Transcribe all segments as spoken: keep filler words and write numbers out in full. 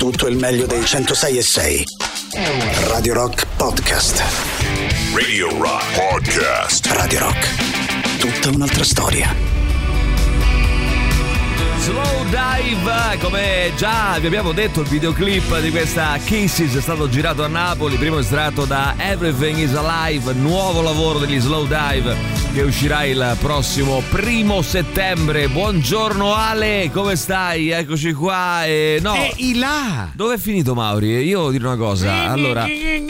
tutto il meglio dei centosei e sei. Radio Rock Podcast. Radio Rock Podcast. Radio Rock. Tutta un'altra storia. Slow Dive, come già vi abbiamo detto, il videoclip di questa Kisses è stato girato a Napoli, primo estratto da Everything is Alive, nuovo lavoro degli Slow Dive che uscirà il prossimo primo settembre. Buongiorno Ale, come stai? Eccoci qua. E no, e là. Dove è finito Mauri? Io devo dire una cosa. Allora,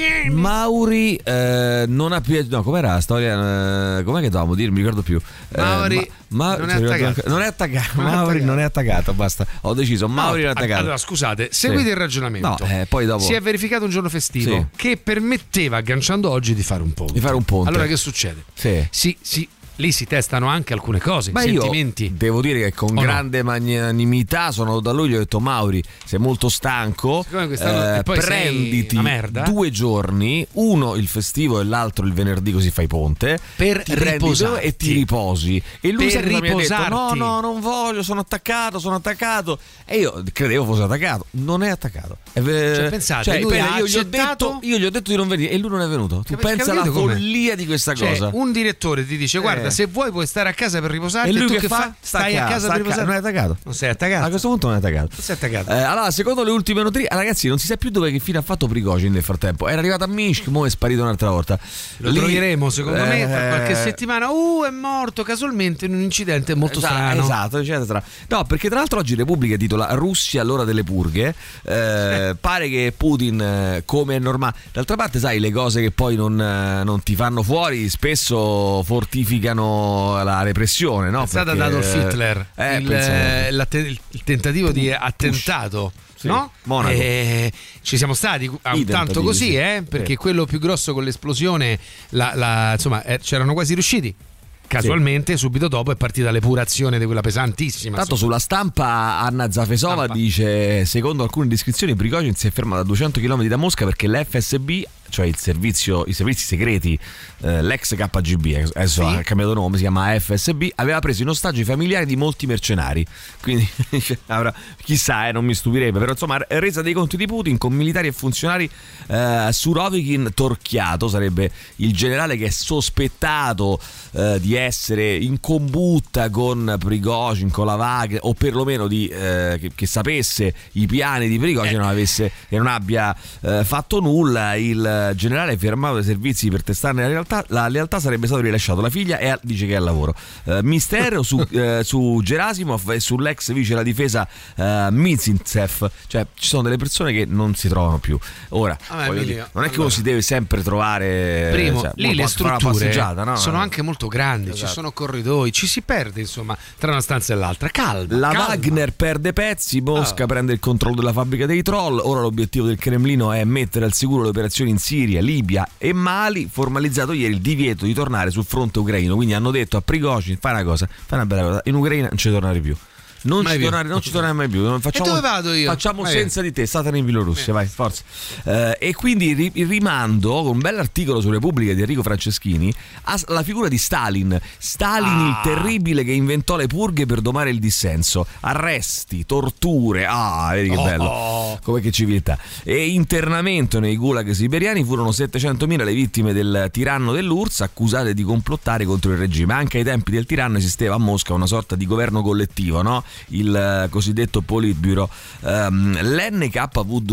Mauri eh, non ha più. No, com'era la storia? Eh, com'è che dovevamo dire? Mi ricordo più. Mauri eh, ma, ma, non, è attaccato. non è attaccato. Non Mauri è non è attaccato. Basta. Ho deciso. Mauri no, non è attaccato. Allora, scusate, seguite sì. il ragionamento. No, eh, poi dopo si è verificato un giorno festivo sì. che permetteva, agganciando oggi, di fare un ponte. Di fare un ponte. Allora, che succede? Sì. Sì, sì. Lì si testano anche alcune cose, Beh, sentimenti. Io devo dire che con oh grande no. magnanimità sono da lui, gli ho detto: Mauri, sei molto stanco, eh, e poi prenditi una merda. due giorni, uno il festivo e l'altro il venerdì, così fai ponte, per riposarti e ti riposi. E lui per mi ha detto: no, no, non voglio, sono attaccato, sono attaccato. E io credevo fosse attaccato, non è attaccato. E, cioè, pensate, cioè, lui io, ha gli ho detto, io gli ho detto di non venire e lui non è venuto. Tu pensa alla follia di questa cioè, cosa. Un direttore ti dice: guarda, eh. se vuoi puoi stare a casa per riposarti, e lui tu che, che fa? fa? Stai a casa per riposarti. Non è attaccato. Non sei attaccato. A questo punto non è attaccato. Non sei attaccato. Eh, allora, secondo le ultime notizie, ragazzi, non si sa più dove che fine ha fatto Prigozhin nel frattempo. Era arrivato a Minsk, mo è sparito un'altra volta. Lo Lì, troveremo, secondo eh, me, tra qualche settimana. Uh, è morto casualmente in un incidente molto esatto, strano. Esatto, eccetera. No, perché tra l'altro oggi Repubblica titola Russia all'ora delle purghe. Eh, pare che Putin, come è normale. D'altra parte, sai, le cose che poi non, non ti fanno fuori spesso fortificano la repressione, no? È stata da Adolf Hitler eh, il, il, il tentativo Push. di attentato. Sì, no? Eh, ci siamo stati a un tanto così, eh, perché sì. quello più grosso con l'esplosione, la, la, insomma, eh, c'erano quasi riusciti. Casualmente, sì. subito dopo è partita l'epurazione di quella pesantissima. Tanto sulla stampa Anna Zafesova stampa. dice: secondo alcune descrizioni, Prigozhin si è fermato a duecento chilometri da Mosca perché l'F S B, cioè il servizio, i servizi segreti, eh, l'ex K G B, adesso sì. ha cambiato nome, si chiama F S B, aveva preso in ostaggio i familiari di molti mercenari. Quindi avrà, chissà, eh, non mi stupirebbe, però insomma, resa dei conti di Putin con militari e funzionari. eh, Surovikin Torchiato sarebbe il generale che è sospettato eh, di essere in combutta con Prigozhin, con la Wagner, o perlomeno di, eh, che, che sapesse i piani di Prigozhin, eh. non avesse, che non abbia eh, fatto nulla. Il generale fermato dai servizi per testarne la realtà, la lealtà, sarebbe stato rilasciato. La figlia è, dice che è al lavoro. Uh, mistero su, uh, su Gerasimov e sull'ex vice della difesa uh, Mizintsev. Cioè ci sono delle persone che non si trovano più. Ora ah, beh, dire, non è che allora, uno si deve sempre trovare. Primo, cioè, lì le strutture no? sono anche molto grandi, esatto. ci sono corridoi, ci si perde insomma tra una stanza e l'altra. Calma. La calma. Wagner perde pezzi, Mosca oh. prende il controllo della fabbrica dei troll. Ora l'obiettivo del Cremlino è mettere al sicuro le operazioni in Siria, Libia e Mali, formalizzato ieri il divieto di tornare sul fronte ucraino. Quindi hanno detto a Prigozhin: fai una cosa, fai una bella cosa, in Ucraina non ci tornare più. Non ci, tornare, non ci tornare mai più. Facciamo, e dove vado io? Facciamo vai senza via. di te, Satana in Bielorussia, vai, forza. Eh, e quindi ri, rimando con un bell'articolo su Repubblica di Enrico Franceschini alla figura di Stalin. Stalin, ah. il terribile che inventò le purghe per domare il dissenso. Arresti, torture, ah, vedi che oh, bello. Oh. Come che civiltà. E internamento nei gulag siberiani. Furono settecentomila le vittime del tiranno dell'U R S S accusate di complottare contro il regime. Anche ai tempi del tiranno esisteva a Mosca una sorta di governo collettivo, no? Il cosiddetto Politburo. um, l'N K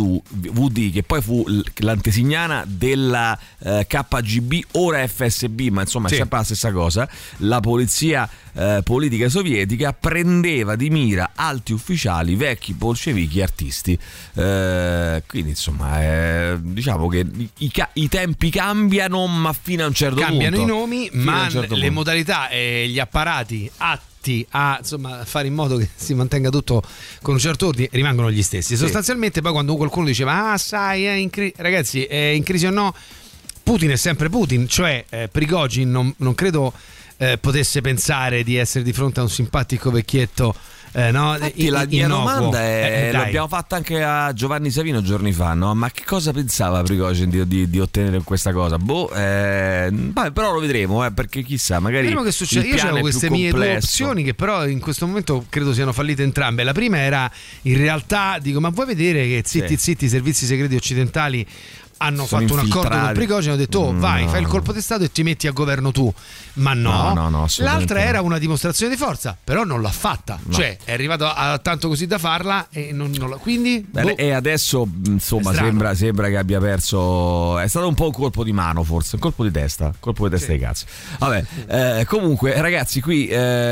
V D, che poi fu l'antesignana della uh, K G B, ora F S B, ma insomma sì. è sempre la stessa cosa. La polizia uh, politica sovietica prendeva di mira alti ufficiali, vecchi bolscevichi e artisti. Uh, quindi insomma eh, diciamo che i, i tempi cambiano, ma fino a un certo cambiano punto cambiano i nomi, ma certo le punto. modalità e gli apparati atti a insomma fare in modo che si mantenga tutto con un certo ordine rimangono gli stessi. Sì. Sostanzialmente poi quando qualcuno diceva ah sai è in cri-, ragazzi è in crisi o no, Putin è sempre Putin, cioè eh, Prigozhin non, non credo eh, potesse pensare di essere di fronte a un simpatico vecchietto eh, no, Infatti, la mia domanda è, eh, l'abbiamo fatta anche a Giovanni Savino giorni fa, no? Ma che cosa pensava Prigozhin di, di, di ottenere questa cosa? Boh, eh, vabbè, però lo vedremo, eh, perché chissà, magari vedremo che succede. Io avevo queste mie due opzioni che però in questo momento credo siano fallite entrambe. La prima era, in realtà, dico, ma vuoi vedere che zitti sì. zitti i servizi segreti occidentali hanno sono fatto infiltrati. un accordo con Prigozhin, hanno detto oh, vai, no. fai il colpo di stato e ti metti a governo tu. Ma no, no, no, no l'altra no. era una dimostrazione di forza, però non l'ha fatta, no. cioè è arrivato a, a tanto così da farla e non, non la, quindi Beh, boh. E adesso insomma sembra, sembra che abbia perso, è stato un po' un colpo di mano, forse un colpo di testa, colpo di testa sì. di cazzo. Vabbè, eh, comunque ragazzi, qui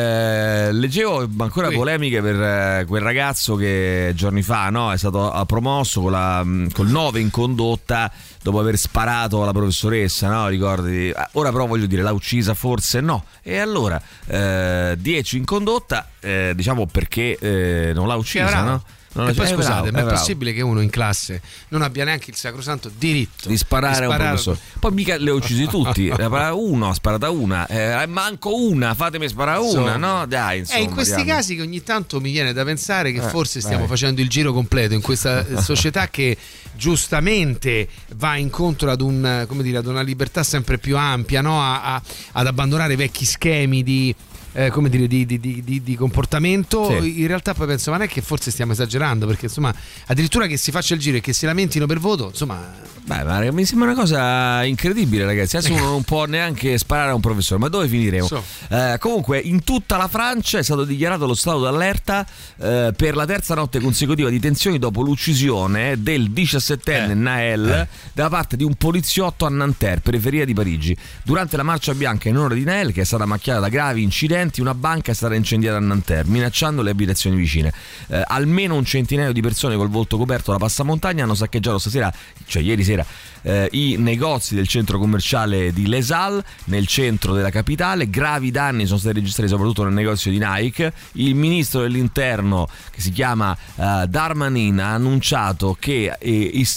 eh, leggevo ancora qui. polemiche per eh, quel ragazzo che giorni fa, no, è stato promosso con la, col nove in condotta dopo aver sparato alla professoressa, no? Ricordi? Ora però voglio dire, l'ha uccisa forse? No. E allora eh, dieci in condotta, eh, diciamo perché eh, non l'ha uccisa, no? Non e poi è scusate, bravo, ma è, è possibile che uno in classe non abbia neanche il sacrosanto diritto di sparare, di sparare a un professore? Poi mica le ho uccisi tutti, uno ha sparato una, eh, manco una, fatemi sparare una, insomma, no? Dai, insomma, è in questi diamo. casi che ogni tanto mi viene da pensare che eh, forse stiamo vai. facendo il giro completo in questa società che giustamente va incontro ad un, come dire, ad una libertà sempre più ampia, no? a, a, ad abbandonare i vecchi schemi di Eh, come dire di, di, di, di comportamento. Sì. In realtà poi penso, ma non è che forse stiamo esagerando, perché insomma addirittura che si faccia il giro e che si lamentino per voto, insomma. Beh, ma mi sembra una cosa incredibile, ragazzi. Adesso uno non può neanche sparare a un professore, ma dove finiremo? So. Eh, comunque in tutta la Francia è stato dichiarato lo stato d'allerta eh, per la terza notte consecutiva di tensioni dopo l'uccisione del diciassettenne eh. Naël eh. da parte di un poliziotto a Nanterre, periferia di Parigi. Durante la marcia bianca in onore di Naël, che è stata macchiata da gravi incidenti, una banca è stata incendiata a Nanterre, minacciando le abitazioni vicine. Eh, almeno un centinaio di persone col volto coperto da passamontagna hanno saccheggiato stasera, cioè ieri sera, eh, i negozi del centro commerciale di Les Halles, nel centro della capitale. Gravi danni sono stati registrati soprattutto nel negozio di Nike. Il ministro dell'interno, che si chiama eh, Darmanin, ha annunciato che eh,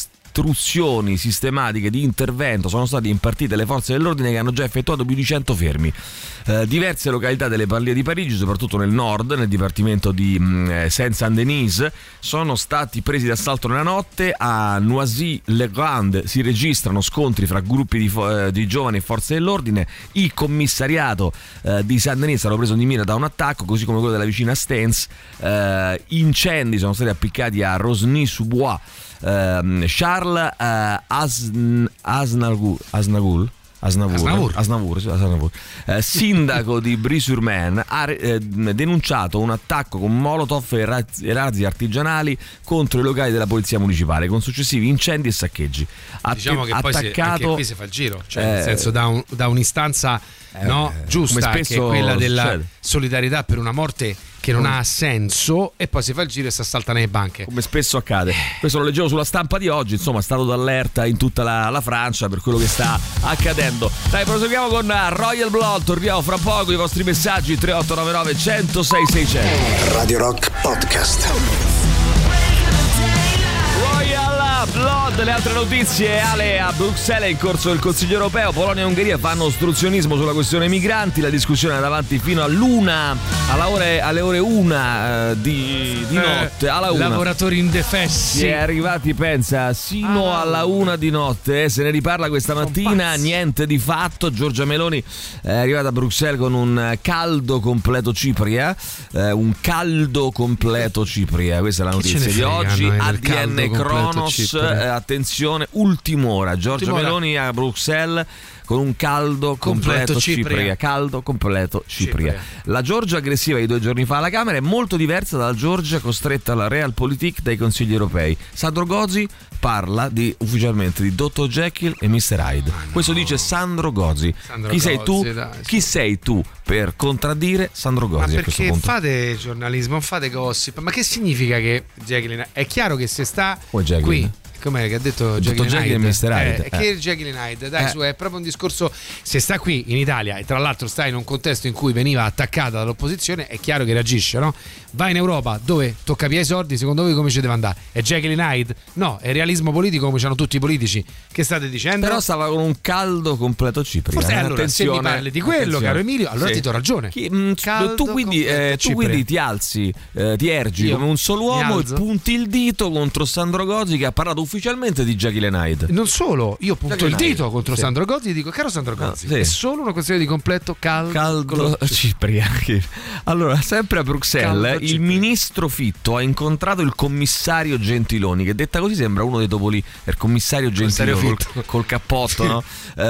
istruzioni sistematiche di intervento sono state impartite alle forze dell'ordine, che hanno già effettuato più di cento fermi. Eh, diverse località delle banlieue di Parigi, soprattutto nel nord, nel dipartimento di mh, Saint-Saint-Denis, sono stati presi d'assalto nella notte. A Noisy-le-Grand si registrano scontri fra gruppi di, eh, di giovani e forze dell'ordine. Il commissariato eh, di Saint-Denis è stato preso di mira da un attacco, così come quello della vicina Stens. Eh, incendi sono stati appiccati a Rosny-sous-Bois. Uh, Charles uh, Asn- Asnagul Asnagul Asnavour, Asnavour, Asnavour, eh, sindaco di Brie-sur-Marne, ha eh, denunciato un attacco con molotov e razzi, e razzi artigianali contro i locali della polizia municipale, con successivi incendi e saccheggi. Ha diciamo che attaccato, poi si, anche qui si fa il giro, cioè eh, nel senso da, un, da un'istanza eh, no, giusta, che è quella della succede. solidarietà per una morte che non ha senso, e poi si fa il giro e si assaltano le banche, come spesso accade. Questo lo leggevo sulla stampa di oggi, insomma, è stato d'allerta in tutta la, la Francia per quello che sta accadendo. Dai, proseguiamo con Royal Blood, torniamo fra poco, i vostri messaggi tre otto nove nove uno zero sei sei zero zero. Radio Rock Podcast. Blood, le altre notizie. Ale, a Bruxelles è in corso il Consiglio europeo. Polonia e Ungheria fanno ostruzionismo sulla questione migranti. La discussione è davanti fino all'una, alla ore, alle ore una eh, di, di notte. Alla una. Lavoratori indefessi. Si è arrivati, pensa, sino ah. alla una di notte. Eh, se ne riparla questa mattina. Niente di fatto. Giorgia Meloni è arrivata a Bruxelles con un caldo completo Cipria. Eh, un caldo completo Cipria. Questa è la notizia di oggi. A D N Kronos. Eh, attenzione, ultim'ora. Giorgia ultim'ora. Meloni a Bruxelles con un caldo completo, completo Cipria. Cipria. Caldo completo Cipria. Cipria. La Giorgia aggressiva di due giorni fa alla Camera è molto diversa dalla Giorgia costretta alla realpolitik dai consigli europei. Sandro Gozi parla di, ufficialmente, di dottor Jekyll e mister Hyde. Ah, no. Questo dice Sandro Gozi. Sandro chi Gozzi, sei tu? Dai, sì. Chi sei tu per contraddire Sandro Gozi? Ma a questo perché punto? Fate giornalismo, fate gossip. Ma che significa che Jekyll è chiaro che se sta oh, qui com'è che ha detto Jekyll Jekyll e e mister Hyde? Hyde, Eh, eh. Che è Jekyll e Hyde? Dai, Eh. su, è proprio un discorso. Se sta qui in Italia e tra l'altro sta in un contesto in cui veniva attaccata dall'opposizione, è chiaro che reagisce, no? Va in Europa dove tocca via i sordi, secondo voi come ci deve andare? È Jekyll e Hyde? No, è realismo politico come c'hanno tutti i politici. Che state dicendo? Però stava con un caldo completo Cipria. Forse eh, allora se mi attenzione, parli di quello, attenzione. caro Emilio, allora Sì. ti do ragione. Chi- mh, Caldo tu quindi, completo eh, tu Cipria. quindi ti alzi, eh, ti ergi Io come un solo mi uomo e alzo. punti il dito contro Sandro Gozzi, che ha parlato ufficialmente di Jekyll e Hyde. Non solo, io punto Jekyll il e dito Hyde, contro sì. Sandro Gozzi e dico: caro Sandro Gozzi, sì. è solo una questione di completo caldo, Caldo Cipria. Allora, sempre a Bruxelles, Caldo il Cipria. ministro Fitto ha incontrato il commissario Gentiloni, che detta così sembra uno dei topoli, il commissario Commissario Gentiloni col, Fitto. col cappotto, no?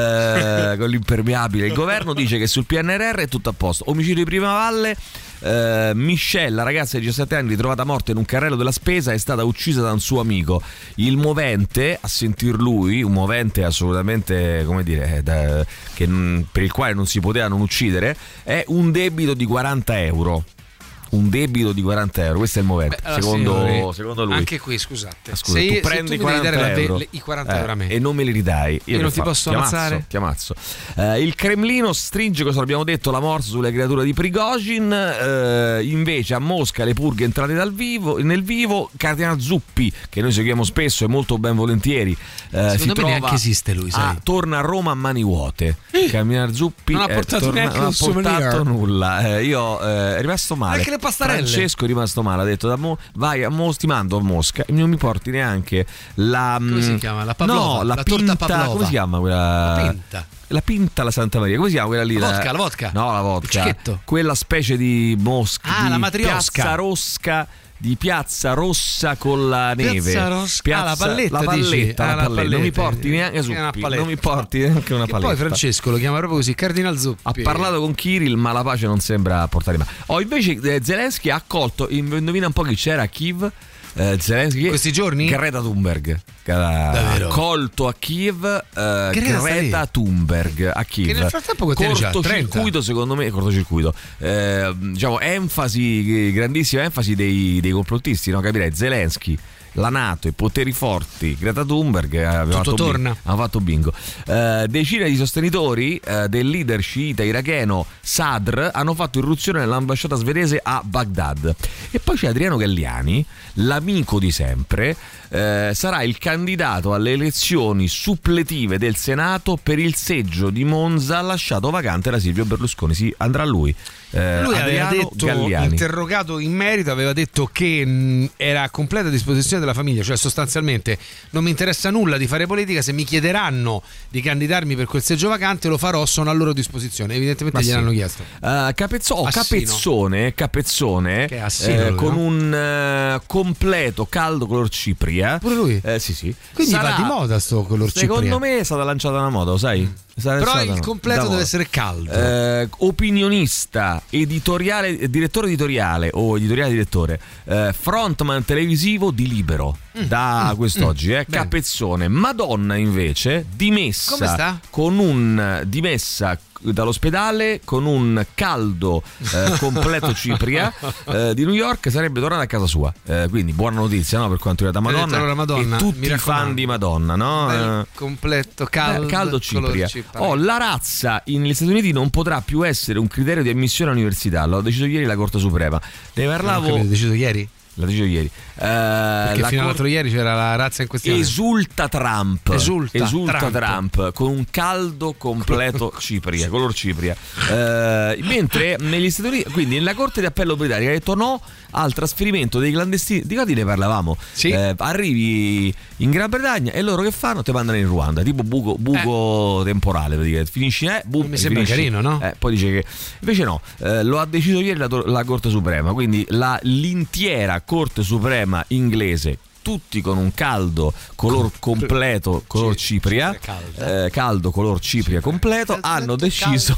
Eh, con l'impermeabile. Il governo dice che sul P N R R è tutto a posto. Omicidio di Prima Valle. Uh, Michelle, la ragazza di diciassette anni ritrovata morta in un carrello della spesa, è stata uccisa da un suo amico. Il movente, a sentir lui, un movente assolutamente, come dire, da, che, per il quale non si poteva non uccidere, è un debito di quaranta euro. Un debito di quaranta euro, questo è il movente. Beh, allora, secondo, signori, secondo lui. anche qui, scusate, Scusa, se, tu io- se prendi tu mi devi dare quaranta la- euro, le- i quaranta eh, euro a me e non me li ridai, io, Io che non ti fa? posso Ti ammazzo, ammazzare? ti ammazzo. Eh, il Cremlino stringe, cosa abbiamo detto, la morsa sulle creature di Prigozhin. Eh, invece a Mosca le purghe entrate dal vivo, nel vivo. Cardinal Zuppi, che noi seguiamo spesso e molto ben volentieri, eh, si me trova, neanche esiste lui, sai. ah, torna a Roma a mani vuote. Cardinal Zuppi Non ha eh, portato torna- neanche non ha un souvenir. portato nulla. Eh, io eh, è rimasto male. Anche le pastarelle. Francesco è rimasto male, ha detto da mo- vai a Mos, ti mando a Mosca e non mi porti neanche la Come si mm, chiama? La pavlova? no, la, La torta pinta, pavlova. come si chiama quella? La pinta. La pinta alla Santa Maria, come si chiama quella lì? La vodka, la vodka. No, la vodka. Il cicchetto. Quella specie di Mosca, Ah, di la matriosca. Piazza Rosca, di Piazza Rossa con la neve. Piazza Rosca. Ah, la palletta, la palletta, dici? la Ah, la palletta. Non mi palletta. porti neanche su, Una paletta. non mi porti neanche una Che paletta. poi Francesco lo chiama proprio così, Cardinal Zuppi. Ha parlato con Kirill, ma la pace non sembra portare mai. Oh, invece eh, Zelensky ha accolto, indovina un po' chi c'era a Kiev. Eh, Zelensky, Questi giorni? Greta Thunberg, che ha Davvero? accolto a Kiev. eh, Greta Greta Thunberg a Kiev. Che nel frattempo quanti anni c'ha? Cortocircuito, secondo me, cortocircuito. Eh, diciamo, enfasi, grandissima enfasi dei, dei complottisti, no? Capirei, Zelensky, la NATO, i poteri forti, Greta Thunberg, eh, abbiamo Tutto fatto torna. bingo, hanno fatto bingo. Eh, decine di sostenitori eh, del leader sciita iracheno Sadr hanno fatto irruzione nell'ambasciata svedese a Baghdad. E poi c'è Adriano Galliani, l'amico di sempre, eh, sarà il candidato alle elezioni suppletive del Senato per il seggio di Monza lasciato vacante da Silvio Berlusconi. Sì, andrà lui. Eh, Lui aveva Adriano detto, Galliani. interrogato in merito, aveva detto che mh, era a completa disposizione della famiglia, cioè sostanzialmente non mi interessa nulla di fare politica, se mi chiederanno di candidarmi per quel seggio vacante lo farò, sono a loro disposizione. Evidentemente Ma gliel'hanno sì. chiesto. Uh, Capezzo- oh, Assino. Capezzone, Capezzone Che è Assino, eh, lui, con no? un eh, completo caldo color cipria. Pure lui? Eh, sì, sì. Quindi Sarà- va di moda sto color Secondo cipria. me è stata lanciata una moda, lo sai? È stata Però lanciata il una- completo da deve moda. essere caldo. Eh, opinionista, editoriale, direttore editoriale o editoriale direttore, eh, frontman televisivo di Libero da quest'oggi, eh, Bene. Capezzone. Madonna invece dimessa Come sta? con un dimessa dall'ospedale con un caldo eh, completo cipria eh, di New York, sarebbe tornata a casa sua. Eh, quindi buona notizia, no, per quanto riguarda Hai detto Madonna, allora Madonna, e tutti mi i raccomando. fan di Madonna, no? Bel Eh, completo caldo, eh, caldo color cipria. Oh, la razza negli Stati Uniti non potrà più essere un criterio di ammissione all'università, l'ha deciso ieri la Corte Suprema. Ne Non ho parlavo, capito, deciso ieri? l'ha deciso ieri. Eh, Perché la fino all'altro Corte ieri c'era la razza in questione. esulta Trump. Esulta Trump. Trump. con un caldo completo cipria, color cipria. Eh, mentre negli Stati Uniti, quindi nella Corte di Appello britannica ha detto no al trasferimento dei clandestini. Di cosa ne parlavamo? Sì. Eh, arrivi in Gran Bretagna e loro che fanno? Ti mandano in Ruanda, tipo buco, buco temporale, praticamente. Finisci, eh, bu- Mi sembra finisci. carino, no? Eh, poi dice che invece no, eh, lo ha deciso ieri la, la Corte Suprema, quindi la, l'intera Corte Suprema inglese, tutti con un caldo color completo, color Ci- cipria, cipria calda. eh, caldo color cipria completo, hanno deciso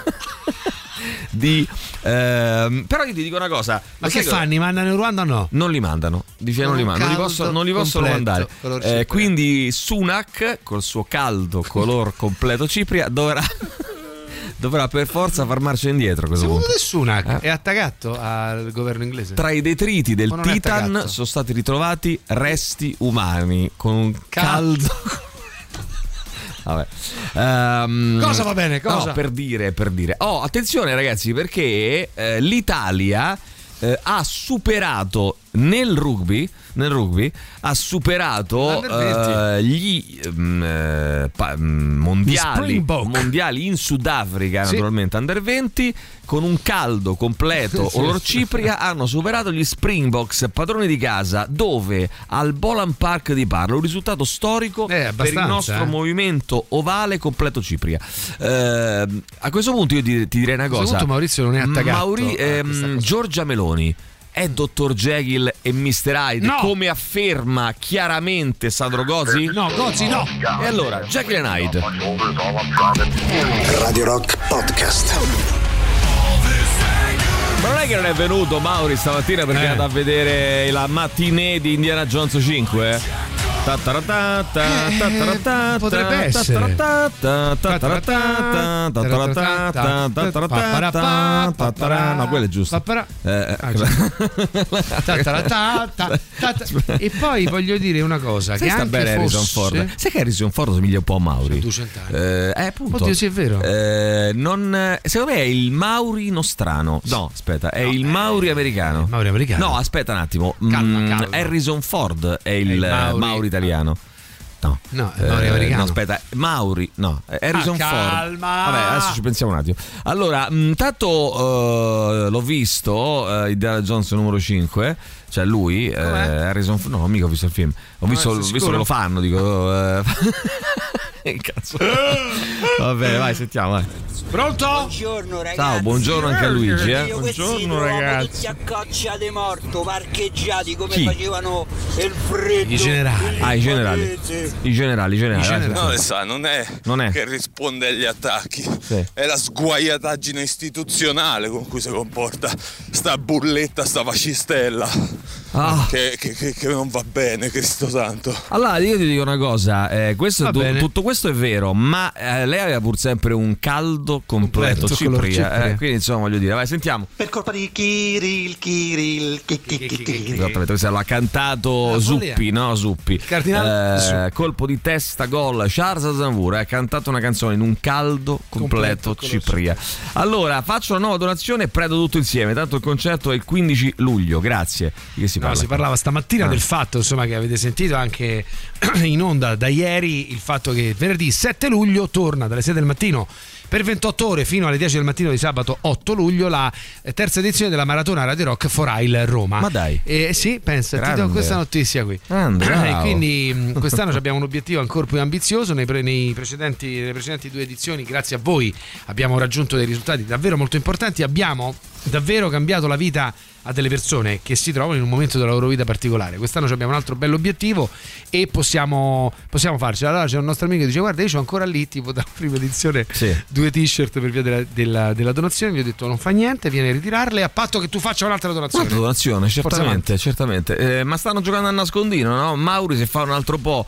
di ehm, però io ti dico una cosa, Ma lo che sai fanno? Li mandano in Ruanda o no? non li mandano, dice Con non li un mandano, non li caldo possono, non li possono completo, mandare. color Eh, cipria. quindi Sunak col suo caldo color completo cipria dovrà dovrà per forza far marcia indietro a questo Secondo punto. te Sunak Eh? è attaccato al governo inglese? Tra i detriti del O non è Titan attaccato? sono stati ritrovati resti umani con un caldo. Vabbè. Ehm, Cosa va bene? Cosa? No, per dire, per dire. Oh, attenzione ragazzi, perché eh, l'Italia eh, ha superato nel rugby, nel rugby ha superato eh, gli mm, eh, pa- mm, mondiali, mondiali in Sudafrica, Sì. naturalmente under venti, con un caldo completo. Sì. Olor Cipria hanno superato gli Springboks, padroni di casa, dove al Bolan Park di Parma, un risultato storico Eh, per il abbastanza, nostro eh. movimento ovale completo Cipria. Eh, a questo punto io ti, ti direi una questo cosa. punto Maurizio non è attaccato Mauri- a ehm, questa cosa. Giorgia Meloni è dottor Jekyll e mister Hyde, No. come afferma chiaramente Sandro Gozzi? No, Gozzi no. E allora, Jekyll and Hyde. Radio Rock Podcast. Ma non è che non è venuto Mauri stamattina perché Eh. è andato a vedere la matinée di Indiana Jones cinque? Tattaratata, tattaratata, potrebbe essere. tattaratata, tattaratata, tattaratata, tattaratata, tattaratata. No, quello è giusto. Papara- Eh, Ah, Ta-ta-ra-ta, ta- ta- E poi voglio dire una cosa, Sai che sta anche bene Harrison fosse Ford? Sai che Harrison Ford somiglia un po' a Mauri? duecento anni. Eh, eh, appunto. Oddio, sì, è vero. Eh, non, secondo me è il Mauri nostrano. No, aspetta, è il Mauri americano. Mauri americano. No, aspetta un attimo. Calma, Mm, calma. Harrison Ford è il, il eh, Mauri. Mauri italiano. No, No, è Mauri americano. No, aspetta, Mauri, no, Harrison Ah, Ford. calma. Vabbè, adesso ci pensiamo un attimo. Allora, intanto l'ho visto, eh, Indiana Jones numero cinque, cioè lui, eh, Harrison Ford. No, mica ho visto il film. Ho visto, sei ho visto sicuro? che lo fanno, dico. Eh, che cazzo. Va bene, vai, sentiamo, vai. Pronto? Buongiorno ragazzi. Ciao, buongiorno anche a Luigi, eh. Io questi Buongiorno, li trovo ragazzi. tutti accocciati morto, parcheggiati come Chi? facevano il freddo. I generali. Ah, i generali. I generali, i generali. I generali. No, le sa, non è, Non è. che risponde agli attacchi, Sì. è la sguaiataggine istituzionale con cui si comporta sta burletta, sta fascistella, Ah. che, che- che- che non va bene, Cristo santo. Allora, io ti dico una cosa, eh, questo, Va tu- bene. tutto questo è vero, ma eh, lei aveva pur sempre un caldo completo, Completo, color Cipria, Cipria. eh, quindi insomma voglio dire, vai, sentiamo. Per colpa di Kirill, Kirill, chi, chi, chi, chi, chi. Esattamente, questo l'ha cantato La Zuppi, follia. no? Zuppi. Cardinale Eh, Zuppi. colpo di testa, gol. Charles Aznavour ha cantato una canzone in un caldo completo, Completo, color Cipria. Allora, faccio una nuova donazione e prendo tutto insieme. Tanto il concerto è il quindici luglio. Grazie. Di che si No, parla? si parlava stamattina Ah. del fatto, insomma, che avete sentito anche in onda da ieri, il fatto che venerdì sette luglio torna dalle sei del mattino per ventotto ore fino alle dieci del mattino di sabato otto luglio la eh, terza edizione della maratona Radio Rock for Rail Roma. Ma dai. Eh, sì, pensa, ti do Grande. questa notizia qui. Grande, bravo. E quindi mh, quest'anno abbiamo un obiettivo ancora più ambizioso. Nei, pre- nei precedenti, nelle precedenti due edizioni, grazie a voi, abbiamo raggiunto dei risultati davvero molto importanti. Abbiamo davvero cambiato la vita a delle persone che si trovano in un momento della loro vita particolare. Quest'anno abbiamo un altro bello obiettivo e possiamo, possiamo farcela. Allora c'è un nostro amico che dice: guarda, io c'ho ancora lì tipo da prima edizione Sì. due t-shirt per via della, della, della donazione. Gli ho detto non fa niente, vieni a ritirarle a patto che tu faccia un'altra donazione. Un'altra donazione, Forza certamente, certamente. Eh, ma stanno giocando a nascondino, no? Mauri, se fa un altro po',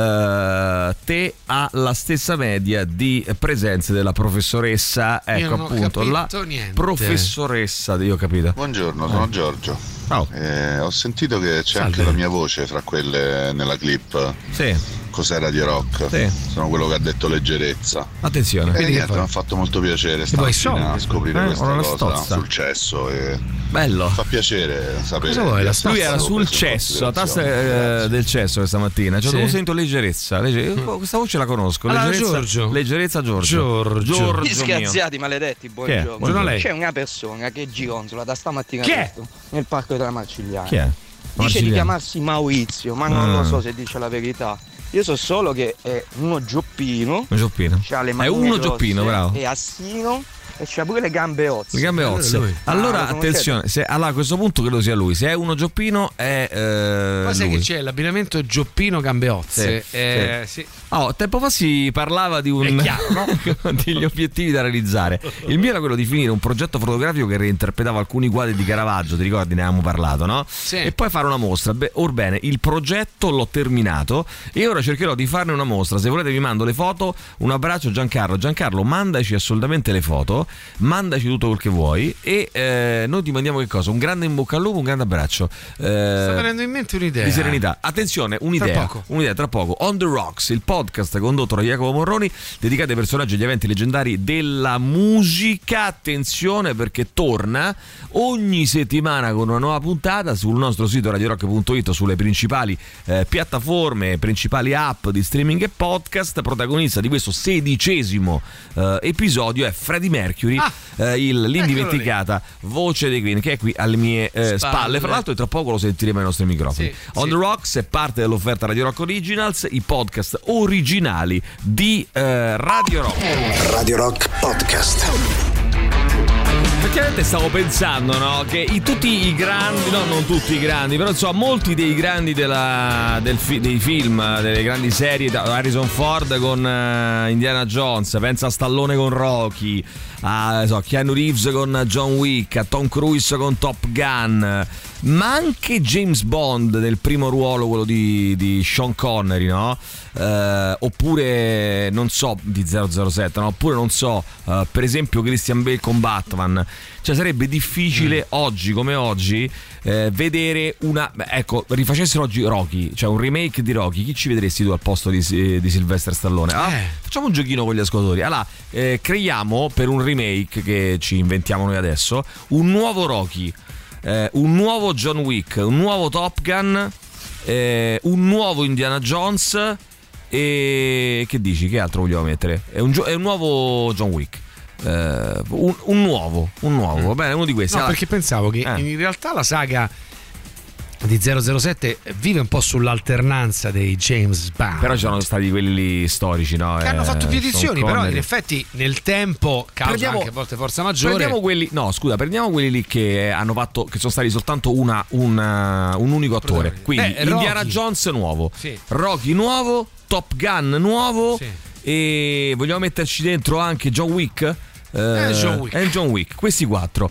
eh, te ha la stessa media di presenze della professoressa. Io Ecco, non ho appunto, la capito niente. professoressa, io ho capito. Buongiorno, sono Giorgio. Ciao. Eh, ho sentito che c'è Salve. anche la mia voce fra quelle nella clip. Sì, Cos'è Radio Rock? Sì. Sono quello che ha detto leggerezza. attenzione. E Quindi che niente, fai? mi ha fatto molto piacere vuoi stamattina soldi? scoprire Eh, questa una cosa stozza. sul cesso e Bello. fa piacere sapere. Cosa vuoi, di la essere Lui era stato sul preso in cesso, a tasta considerazione. eh, del cesso questa mattina. Cioè, Sì. dopo sento leggerezza. Legge- io questa voce la conosco. Allora, Leggerezza, Giorgio. leggerezza Giorgio. Giorgio. Giorgio mio. Disgraziati maledetti, buongiorno. Buongiorno a lei. C'è una persona che gironzola da stamattina Chi è? presto nel parco della Marcigliana. Chi è? Dice di Marcigliano. chiamarsi Maurizio, ma non Ah. lo so se dice la verità. Io so solo che è uno gioppino, Un gioppino. c'ha le È manine uno grosse, gioppino, bravo. è assino E c'ha pure le gambe ozze. Le gambe ozze. Allora, ah, attenzione, se, allora, a questo punto credo sia lui. Se è uno Gioppino è eh, Ma sai lui. che c'è l'abbinamento Gioppino gambe ozze. Sì, eh, sì. sì. Oh, tempo fa si parlava di un È chiaro, no? degli obiettivi da realizzare. Il mio era quello di finire un progetto fotografico che reinterpretava alcuni quadri di Caravaggio, ti ricordi? Ne avevamo parlato, no? Sì. E poi fare una mostra. Beh, orbene, il progetto l'ho terminato e ora cercherò di farne una mostra. Se volete vi mando le foto. Un abbraccio Giancarlo. Giancarlo, mandaci assolutamente le foto, mandaci tutto quel che vuoi e eh, noi ti mandiamo che cosa? Un grande in bocca al lupo, un grande abbraccio. Eh, Sta venendo in mente un'idea. Di serenità. Attenzione, un'idea. Tra poco. Un'idea tra poco. On the Rocks, il podcast condotto da Jacopo Morroni, dedicato ai personaggi e agli eventi leggendari della musica. Attenzione perché torna ogni settimana con una nuova puntata sul nostro sito radio rock punto it, sulle principali eh, piattaforme, principali app di streaming e podcast. Protagonista di questo sedicesimo eh, episodio è Freddie Mercury, Ah, eh, il, l'indimenticata voce dei Queen, che è qui alle mie eh, spalle. Spalle. Fra l'altro, e tra poco lo sentiremo ai nostri microfoni. Sì, On sì. the Rocks è parte dell'offerta Radio Rock Originals, i podcast originali di eh, Radio Rock. Radio Rock Podcast. Effettivamente stavo pensando, no, che i, tutti i grandi, no, non tutti i grandi, però insomma molti dei grandi della, del fi, dei film, delle grandi serie, da Harrison Ford con uh, Indiana Jones, pensa a Stallone con Rocky, a so, Keanu Reeves con John Wick, a Tom Cruise con Top Gun, ma anche James Bond nel primo ruolo, quello di, di Sean Connery, no? Uh, oppure non so di zero zero sette, no? Oppure non so uh, per esempio Christian Bale con Batman. Cioè sarebbe difficile mm. oggi come oggi eh, vedere una, ecco, rifacessero oggi Rocky, cioè un remake di Rocky, chi ci vedresti tu al posto di, di Sylvester Stallone? Ah, eh. Facciamo un giochino con gli ascoltatori. Allora eh, creiamo per un remake che ci inventiamo noi adesso un nuovo Rocky, eh, un nuovo John Wick, un nuovo Top Gun, eh, un nuovo Indiana Jones. E che dici? Che altro vogliamo mettere? È un, gio- è un nuovo John Wick. Uh, un, un nuovo, un nuovo, va bene, uno di questi. No, allora, perché pensavo che eh. in realtà la saga di zero zero sette vive un po' sull'alternanza dei James Bond. Però ci sono stati quelli lì storici, no? Che eh, hanno fatto più edizioni, però in Connery. effetti nel tempo causa Prendiamo- anche a volte forza maggiore. Prendiamo quelli, no, scusa, prendiamo quelli lì che hanno fatto, che sono stati soltanto una, una un unico attore. Quindi Eh, Indiana Rocky. Jones nuovo, Sì. Rocky nuovo, Top Gun nuovo, Sì. e vogliamo metterci dentro anche John Wick? Eh, Eh, John Wick. eh, John Wick, questi quattro.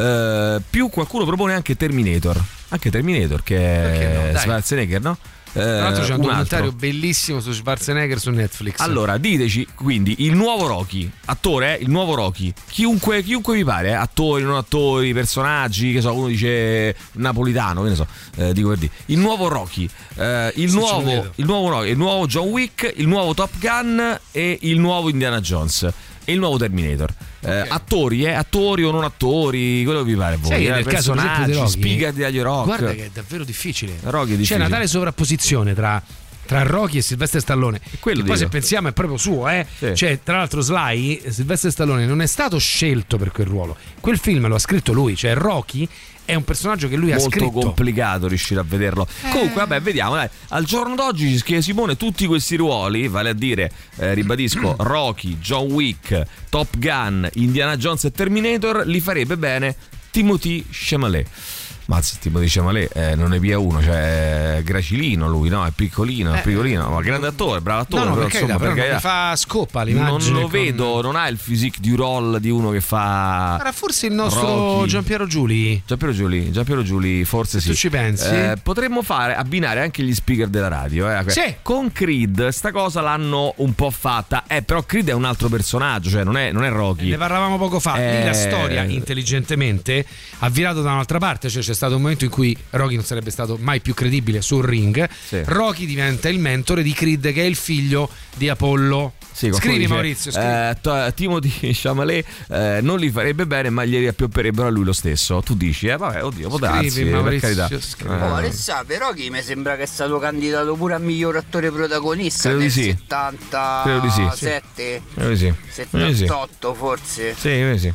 Eh, più qualcuno propone anche Terminator. Anche Terminator, che Perché no? è Dai. Schwarzenegger, no? Eh, Tra l'altro c'è un, documentario altro. bellissimo su Schwarzenegger su Netflix. Allora, diteci quindi il nuovo Rocky, attore, eh, il nuovo Rocky, chiunque, chiunque vi pare, eh, attori, non attori, personaggi, che so, uno dice napolitano, che ne so, eh, dico per dire. Il nuovo Rocky, eh, il, Sì, ce lo nuovo, vedo. il nuovo Rocky, il nuovo John Wick, il nuovo Top Gun e il nuovo Indiana Jones e il nuovo Terminator. Eh, attori, eh, attori o non attori, quello che vi pare a voi. Sai che eh, nel caso, per esempio, di personaggi, Rocky, speaker di Radio Rock. guarda che è davvero difficile. Rocky è C'è difficile. una tale sovrapposizione tra tra Rocky e Sylvester Stallone, quello che poi dico. se pensiamo è proprio suo, eh? Sì. Cioè, tra l'altro Sly, Sylvester Stallone non è stato scelto per quel ruolo, quel film lo ha scritto lui, cioè Rocky è un personaggio che lui ha molto scritto. complicato riuscire a vederlo. Comunque, vabbè, vediamo. Dai. Al giorno d'oggi si si pone tutti questi ruoli, vale a dire, eh, ribadisco, Rocky, John Wick, Top Gun, Indiana Jones e Terminator, li farebbe bene Timothée Chalamet. Mazza, Timothée Chalamet eh, non è via uno, cioè è gracilino lui, no? È piccolino, è Eh, piccolino, ma grande attore, bravo attore. No, no, però, per insomma, carità, però perché non mi fa scoppa non l'immagine. lo con- vedo, non ha il physique du role di uno che fa. Era forse il nostro Rocky. Giampiero Giuli. Giampiero Giuli, Giampiero Giuli, forse Se sì. tu ci pensi. Eh, potremmo fare, abbinare anche gli speaker della radio. Eh. Sì. Con Creed, sta cosa l'hanno un po' fatta. Eh, però Creed è un altro personaggio, cioè non è, non è Rocky. Ne parlavamo poco fa. Eh. Lì la storia intelligentemente ha virato da un'altra parte, cioè c'è stato un momento in cui Rocky non sarebbe stato mai più credibile sul ring. Sì. Rocky diventa il mentore di Creed, che è il figlio di Apollo. Sì, qualcuno scrivi dice, Maurizio, scrivi. eh, t- Timothée Chalamet eh, non li farebbe bene, ma glieli appiopperebbero a lui lo stesso. Tu dici, eh vabbè, oddio, può Scrivi, darsi, per Maurizio, carità. scrivi. Eh, Oh, Alessandro, Rocky mi sembra che è stato candidato pure a miglior attore protagonista Credo di nel sì. settantasette, Credo di sì. Credo di sì. Credo di sì. settantotto forse. Sì, credo di sì.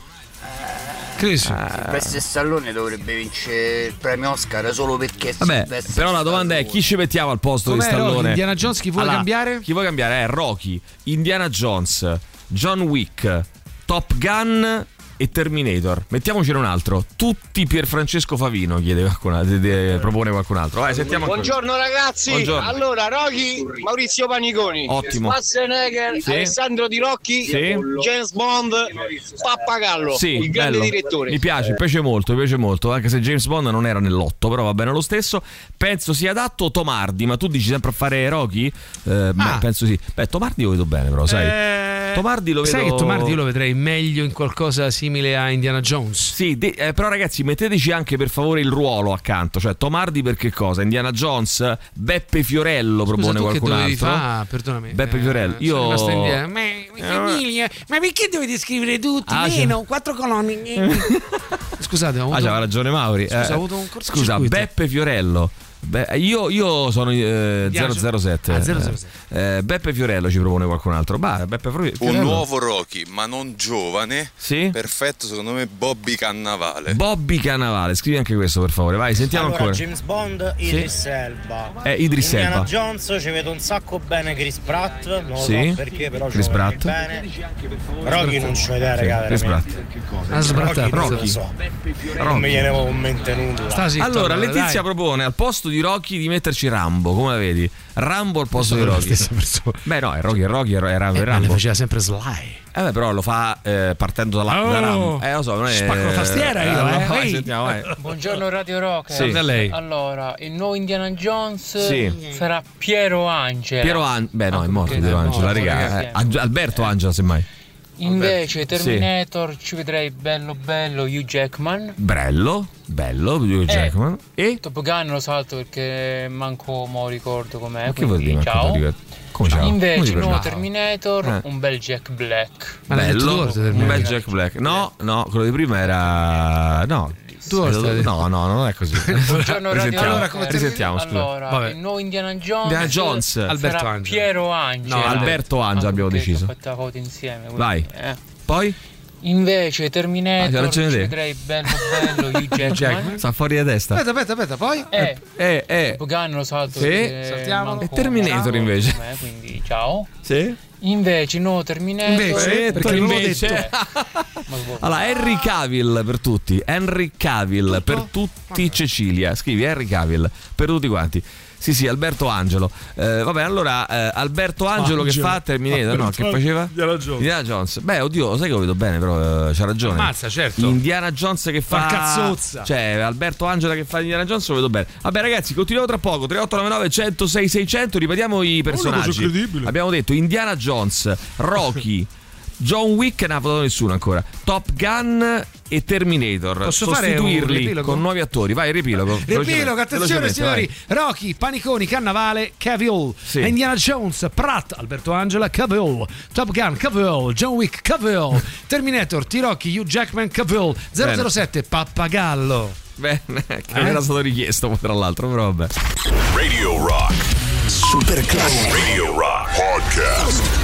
Credi sì. Sylvester Stallone dovrebbe vincere il premio Oscar solo perché Vabbè, Sylvester però la domanda è Stallone. chi ci mettiamo al posto Com'è di Stallone? Rocky? Indiana Jones, chi vuole Allora, cambiare? Chi vuole cambiare è Rocky, Indiana Jones, John Wick, Top Gun e Terminator. Mettiamocene un altro. Tutti Pierfrancesco Favino, chiede qualcun altro, propone qualcun altro. Vai, sentiamo ancora. Buongiorno ragazzi. Buongiorno. Allora, Rocky, Maurizio Paniconi, Ottimo. Schwarzenegger, Sì. Alessandro Di Rocchi, Sì. James Bond, Pappagallo, Sì, il grande bello. direttore. Mi piace, mi piace molto, mi piace molto, anche se James Bond non era nell'otto, però va bene lo stesso. Penso sia adatto Tomardi, ma tu dici sempre a fare Rocky? Eh, Ah. Penso sì. Beh, Tomardi lo vedo bene, però, sai. Eh, Tomardi lo vedo. Sai che Tomardi io lo vedrei meglio in qualcosa simile a Indiana Jones. Sì, de- eh, però ragazzi, metteteci anche per favore il ruolo accanto, cioè Tomardi per che cosa? Indiana Jones, Beppe Fiorello propone Scusa, tu qualcun che dovevi altro. fa? Perdonami. Beppe Fiorello. Eh, Io sono rimasto indietro. Ma, Emilia, ma perché dovete scrivere tutti? Ah, Meno, quattro colonne. Scusate, ho avuto... Ah, c'aveva ragione Mauri. Scusa, Eh, ho avuto un Scusa, cortocircuito. Beppe Fiorello. Beh, io, io sono eh, Indiana zero zero sette. Ah, zero zero sette. Eh, Beppe Fiorello ci propone qualcun altro. Bah, Beppe Fiorello. Un nuovo Rocky, ma non giovane. Sì? Perfetto, secondo me, Bobby Cannavale. Bobby Cannavale, scrivi anche questo per favore. Vai, sentiamo allora, ancora. James Bond, Idris Elba. Eh, Idris Indiana Elba. Jones ci vedo un sacco bene Chris Pratt, non lo Sì. so perché, però Chris ci vedo Pratt. bene. Rocky non c'ho idea, Sì, raga, Chris veramente. Pratt. Ah, sbrattato. Rocky non Rocky. lo so. Non Rocky. mi viene in mente nulla. Sta zitto, Allora, allora, Letizia dai. propone al posto di Rocky di metterci Rambo, come la vedi? Rambo al posto di Sono la Rocky. stessa persona. Beh, no, è Rocky, è Rocky, è Rambo, è Eh, ma le Rambo. faceva sempre Sly. Eh beh, però lo fa eh, partendo dalla, Oh, da Rambo. Eh, lo so, non è. spacco la tastiera io, no, eh, vai, ehi. sentiamo, vai. Buongiorno Radio Rock. Sì. Da lei. Allora, il nuovo Indiana Jones Sì. sarà Piero Angela. Piero Angela. Beh, no, è morto perché Piero è Angela, morto, raga. ragazzi. Eh, Ang- Alberto Angela, semmai. Invece Terminator ci vedrei bello bello Hugh Jackman. Bello, bello, Hugh Jackman. E? Top Gun lo salto perché manco mo ricordo com'è. Ma che vuol dire? quindi ciao. Marco? Come ciao? Come Invece ti nuovo permetti? Terminator, Eh. un bel Jack Black. Ma l'hai detto due Bello, volte, un bel Terminator. Jack Black. No, no, quello di prima era. No. Due volte l'hai detto. No, no, non è così. Buongiorno Radio Risentiamo. Rock. come Risentiamo, scusa. Allora, Vabbè. il nuovo Indiana Jones, Indiana Jones. Alberto sarà Angela. Piero Angela. No, Alberto Angela Ah, abbiamo perché deciso. ci ho fatto la foto insieme. quindi, Vai. eh. Poi? Invece Ah, c'ha Terminator ragione ci te. vedrei bello bello Hugh Jackman. Jackman. Sta fuori di testa. Aspetta, aspetta, aspetta, poi? Eh, Eh, eh. Top Gun lo salto. Sì. perché Saltiamolo. manco- E Terminator manco invece. com'è, quindi ciao. Sì? Invece no Terminator. Invece? Eh, Perché tu non l'ho invece. detto. Ma boh. Allora, Henry Cavill per tutti. Henry Cavill per tutti. Cecilia. Scrivi Henry Cavill per tutti quanti. Sì, sì, Alberto Angelo. Eh, vabbè, allora eh, Alberto Angelo, che Angelo. fa Terminator, no, che faceva? Indiana Jones. Indiana Jones. Beh, oddio, lo sai che lo vedo bene, però eh, c'ha ragione. Ammazza, certo. Indiana Jones che fa Fa cazzozza. Cioè, Alberto Angela che fa Indiana Jones lo vedo bene. Vabbè, ragazzi, continuiamo tra poco. tre otto nove nove uno zero sei sei zero zero. Ripetiamo i personaggi. cosa incredibile. Abbiamo detto Indiana Jones, Rocky, John Wick, non ha votato nessuno ancora. Top Gun e Terminator. Posso fare un sostituirli riepilogo? con nuovi attori. Vai, riepilogo. Riepilogo, attenzione Velocemente, signori. vai. Rocky, Paniconi, Cannavale, Cavill, Sì. Indiana Jones, Pratt, Alberto Angela, Cavill, Top Gun, Cavill, John Wick, Cavill, Terminator, T-Rocky, Hugh Jackman, Cavill, zero zero sette, Pappagallo. Bene, che era stato richiesto tra l'altro, però vabbè. Radio Rock. Super classico. Radio Rock Podcast.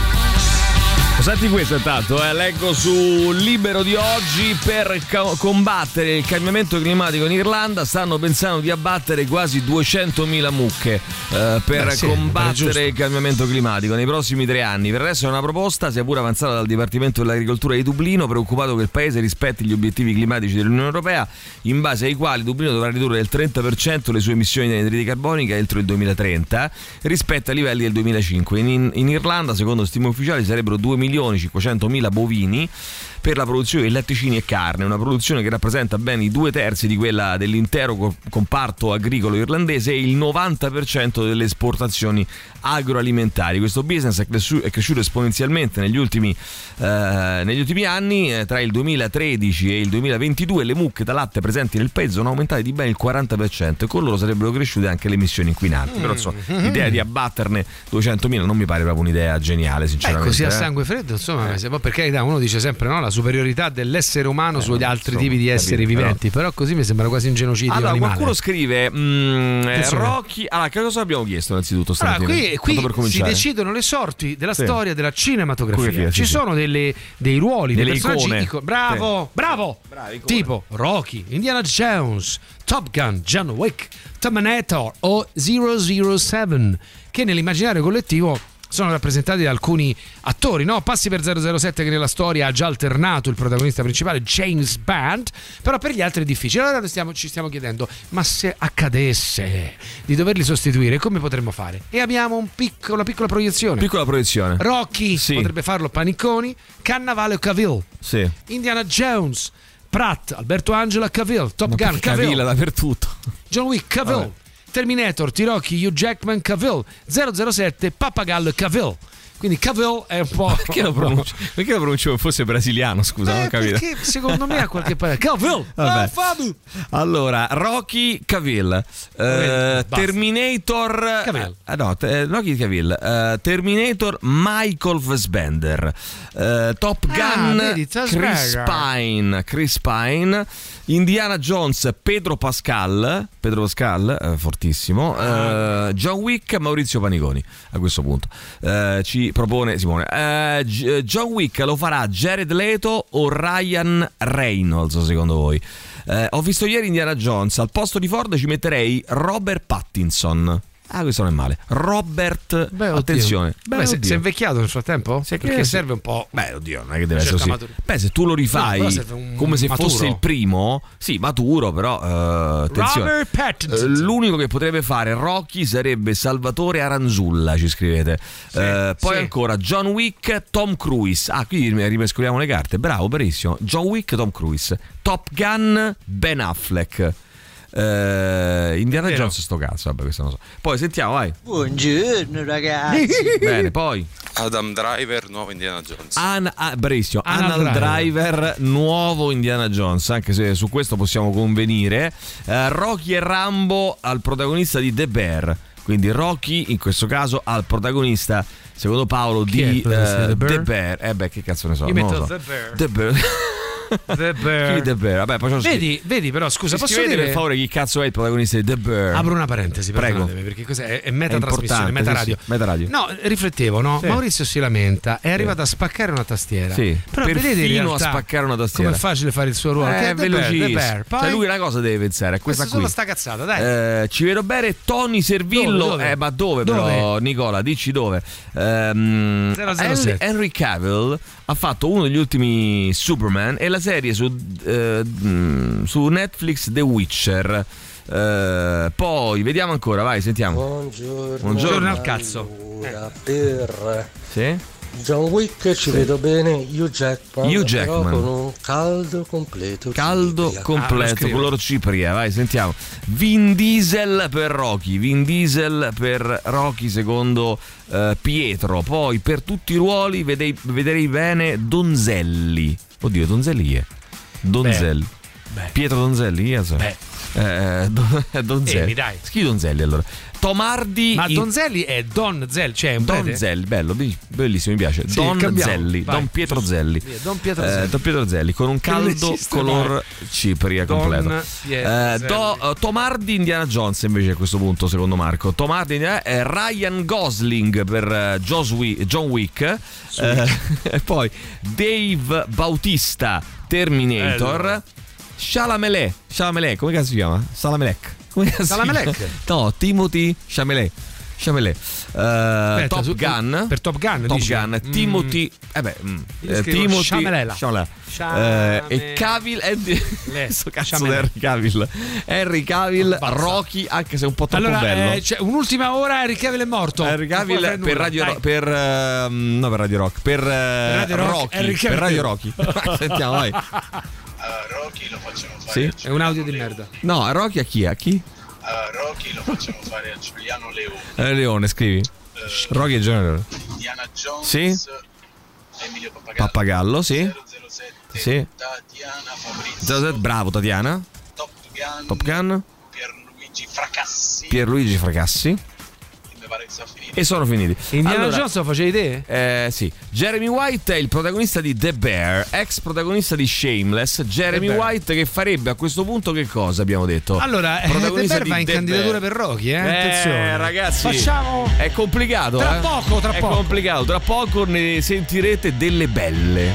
Senti questo intanto, eh, leggo su Libero di oggi: per ca- combattere il cambiamento climatico in Irlanda stanno pensando di abbattere quasi duecentomila mucche eh, per Beh, sì, è combattere giusto. il cambiamento climatico nei prossimi tre anni. Per adesso è una proposta, sia pure avanzata dal Dipartimento dell'Agricoltura di Dublino, preoccupato che il paese rispetti gli obiettivi climatici dell'Unione Europea, in base ai quali Dublino dovrà ridurre del trenta per cento le sue emissioni di anidride carbonica entro il duemilatrenta rispetto ai livelli del duemilacinque. In, in Irlanda, secondo stime ufficiali, sarebbero due milioni cinquecentomila bovini per la produzione di latticini e carne, una produzione che rappresenta ben i due terzi di quella dell'intero co- comparto agricolo irlandese e il novanta per cento delle esportazioni agroalimentari. Questo business è, cresciu- è cresciuto esponenzialmente negli ultimi, eh, negli ultimi anni. Eh, tra il duemilatredici e il duemilaventidue le mucche da latte presenti nel paese sono aumentate di ben il quaranta per cento e con loro sarebbero cresciute anche le emissioni inquinanti. Però insomma, l'idea di abbatterne duecentomila non mi pare proprio un'idea geniale, Eh, sinceramente. così a eh. sangue freddo, insomma, se- poi per carità uno dice sempre no, la superiorità dell'essere umano Eh, sugli altri insomma, tipi di esseri capito, viventi, però. così mi sembra quasi un genocidio Allora, animale. qualcuno scrive mm, eh, Attenzione. Rocky. Allora, che cosa abbiamo chiesto innanzitutto Allora, stamattina? qui, qui Tanto per si cominciare. decidono le sorti della Sì. storia della cinematografia. Comunque, sì, Ci sì. sono delle, dei ruoli, dei Delle personaggi icone. ico- bravo, bravo. Bravi, icone. Tipo Rocky, Indiana Jones, Top Gun, John Wick, Terminator o zero zero sette, che nell'immaginario collettivo sono rappresentati da alcuni attori, no? Passi per zero zero sette che nella storia ha già alternato il protagonista principale James Bond, però per gli altri è difficile. Allora noi stiamo, ci stiamo chiedendo, ma se accadesse di doverli sostituire, come potremmo fare? E abbiamo un piccolo, una piccola proiezione. Piccola proiezione. Rocky sì. potrebbe farlo Paniconi, Cannavale o Cavill. Sì. Indiana Jones, Pratt, Alberto Angela, Cavill. Top Gun, Cavill. Cavill dappertutto. John Wick, Cavill. Vabbè. Terminator, T-Rocky, Hugh Jackman, Cavill. zero zero sette, Pappagallo e Cavill. Quindi Cavill è un po'. Perché lo pronuncio? Perché lo pronuncio come fosse brasiliano? Scusa, eh, non ho capito. Perché secondo me ha qualche parola. Cavill! Ah, Fabio! Allora, Rocky Cavill, eh, Terminator. Cavill. Eh, no, te, Rocky Cavill, eh, Terminator Michael Fassbender, eh, Top Gun ah, vedi, Chris Pine, Chris Pine, Indiana Jones Pedro Pascal, Pedro Pascal, eh, fortissimo, ah. eh, John Wick Maurizio Paniconi. A questo punto eh, ci propone Simone. Eh, John Wick lo farà Jared Leto o Ryan Reynolds secondo voi? Eh, ho visto ieri Indiana Jones, al posto di Ford ci metterei Robert Pattinson. Ah, questo non è male. Robert, beh, attenzione. Beh, Beh, si è invecchiato nel frattempo? Se Perché sì. serve un po'. Beh, oddio, non è che deve essere così. Matur- Beh, se tu lo rifai no, come se maturo. fosse il primo, sì, maturo, però uh, attenzione. Robert Pattinson. Uh, l'unico che potrebbe fare Rocky sarebbe Salvatore Aranzulla, ci scrivete. Sì, uh, poi sì. ancora John Wick, Tom Cruise. Ah, qui rimescoliamo le carte. Bravo, bravissimo. John Wick, Tom Cruise. Top Gun, Ben Affleck. Uh, Indiana Vero. Jones sto cazzo, vabbè, questo non so. Poi sentiamo, vai. Buongiorno ragazzi. Bene, poi Adam Driver, nuovo Indiana Jones. An- ah, bravissimo, Anal Driver. Driver, nuovo Indiana Jones, anche se su questo possiamo convenire. uh, Rocky e Rambo al protagonista di The Bear. Quindi Rocky in questo caso al protagonista, secondo Paolo, Chi di uh, The, Bear? The Bear. Eh beh, che cazzo ne so. Io non metto lo so. The Bear. The Bear. The Bear. Chi The Bear? Vabbè, poi vedi, vedi, però scusa, posso dire per favore chi cazzo è il protagonista di The Bear? Apro una parentesi, prego, perché cos'è? È meta trasmissione, meta radio. Sì, meta radio. No, riflettevo, no? Sì. Maurizio si lamenta, è arrivato sì. a spaccare una tastiera. Sì. Però vedete in realtà a spaccare una tastiera. Come è facile fare il suo ruolo, eh, che è velocissimo. The Bear. Poi cioè lui una cosa deve pensare, è questa qui. Solo sta cazzata, dai. Eh, ci vedo bene Tony Servillo. Dove, dove? Eh, ma dove, dove però, Nicola, dici dove? Um, zero zero sette. Henry, Henry Cavill ha fatto uno degli ultimi Superman e la serie su, eh, su Netflix The Witcher. Uh, poi vediamo ancora, vai, sentiamo. Buongiorno. Buongiorno al cazzo. Eh. Per sì? John Wick ci vedo bene, Hugh Jackman, Hugh Jackman. però con un caldo completo. Caldo Cipria. completo, ah, color cipria, vai, sentiamo. Vin Diesel per Rocky, Vin Diesel per Rocky secondo uh, Pietro. Poi per tutti i ruoli vedei, vedrei bene Donzelli. Oddio, Donzelli chi è? Donzelli. Beh. Beh. Pietro Donzelli, io so. Beh. Eh, Donzelli. Eh, dai. Schi Donzelli allora. Tomardi. Ma in... Donzelli è Don Zelli, cioè un Don prete? Zelli, bello, bellissimo, mi piace. Sì, Don cambiamo. Zelli, Vai. Don Pietro Zelli. Don Pietro Zelli. Eh, Don Pietro Zelli con un caldo color cipria Don completo. Eh, do, uh, Tomardi Indiana Jones invece a questo punto, secondo Marco. Tomardi eh, Ryan Gosling per uh, Joswi, John Wick. Eh, e poi Dave Bautista Terminator. Bello. Chalamet, Chalamet, come cazzo si chiama? Salamelec. Salamelec? No, Timothy Chalamet. Chalamet. Uh, Aspetta, Top su, Gun. Per Top Gun, Top dici? Gun. Mm. Timothy. Eh beh, mm, eh, Timothy. Chalamet. Uh, e Cavill. Questo cazzo di Henry Cavill. Henry Cavill, Rocky, anche se è un po' troppo allora, bello. Eh, cioè, un'ultima ora Henry Cavill è morto. Henry Cavill per Radio Rock. Per, uh, no, per Radio Rock. Per, uh, per Radio Rock, Rocky. Per Radio Rocky. Sentiamo, vai. Uh, Rocky lo facciamo fare sì? a È un audio di merda. No, Rocky a chi? A chi? Uh, Rocky lo facciamo fare a Giuliano Leone. Eh, Leone, scrivi. Uh, Rocky e Giuliano. Indiana Jones. Sì. Emilio Pappagallo. Pappagallo, sì. zero zero sette. Sì. Tatiana Fabrizio. zero zero sette, bravo Tatiana. Top Gun. Top Gun. Pierluigi Fracassi. Pierluigi Fracassi. E sono finiti. Indiana allora, Jones lo facevi te? Eh, sì. Jeremy White è il protagonista di The Bear, ex protagonista di Shameless. Jeremy White che farebbe a questo punto che cosa abbiamo detto? Allora, protagonista The Bear va in The candidatura Bear. Per Rocky, eh? Attenzione. Eh, ragazzi, facciamo. È complicato, tra eh? poco, tra è poco. È complicato, tra poco ne sentirete delle belle.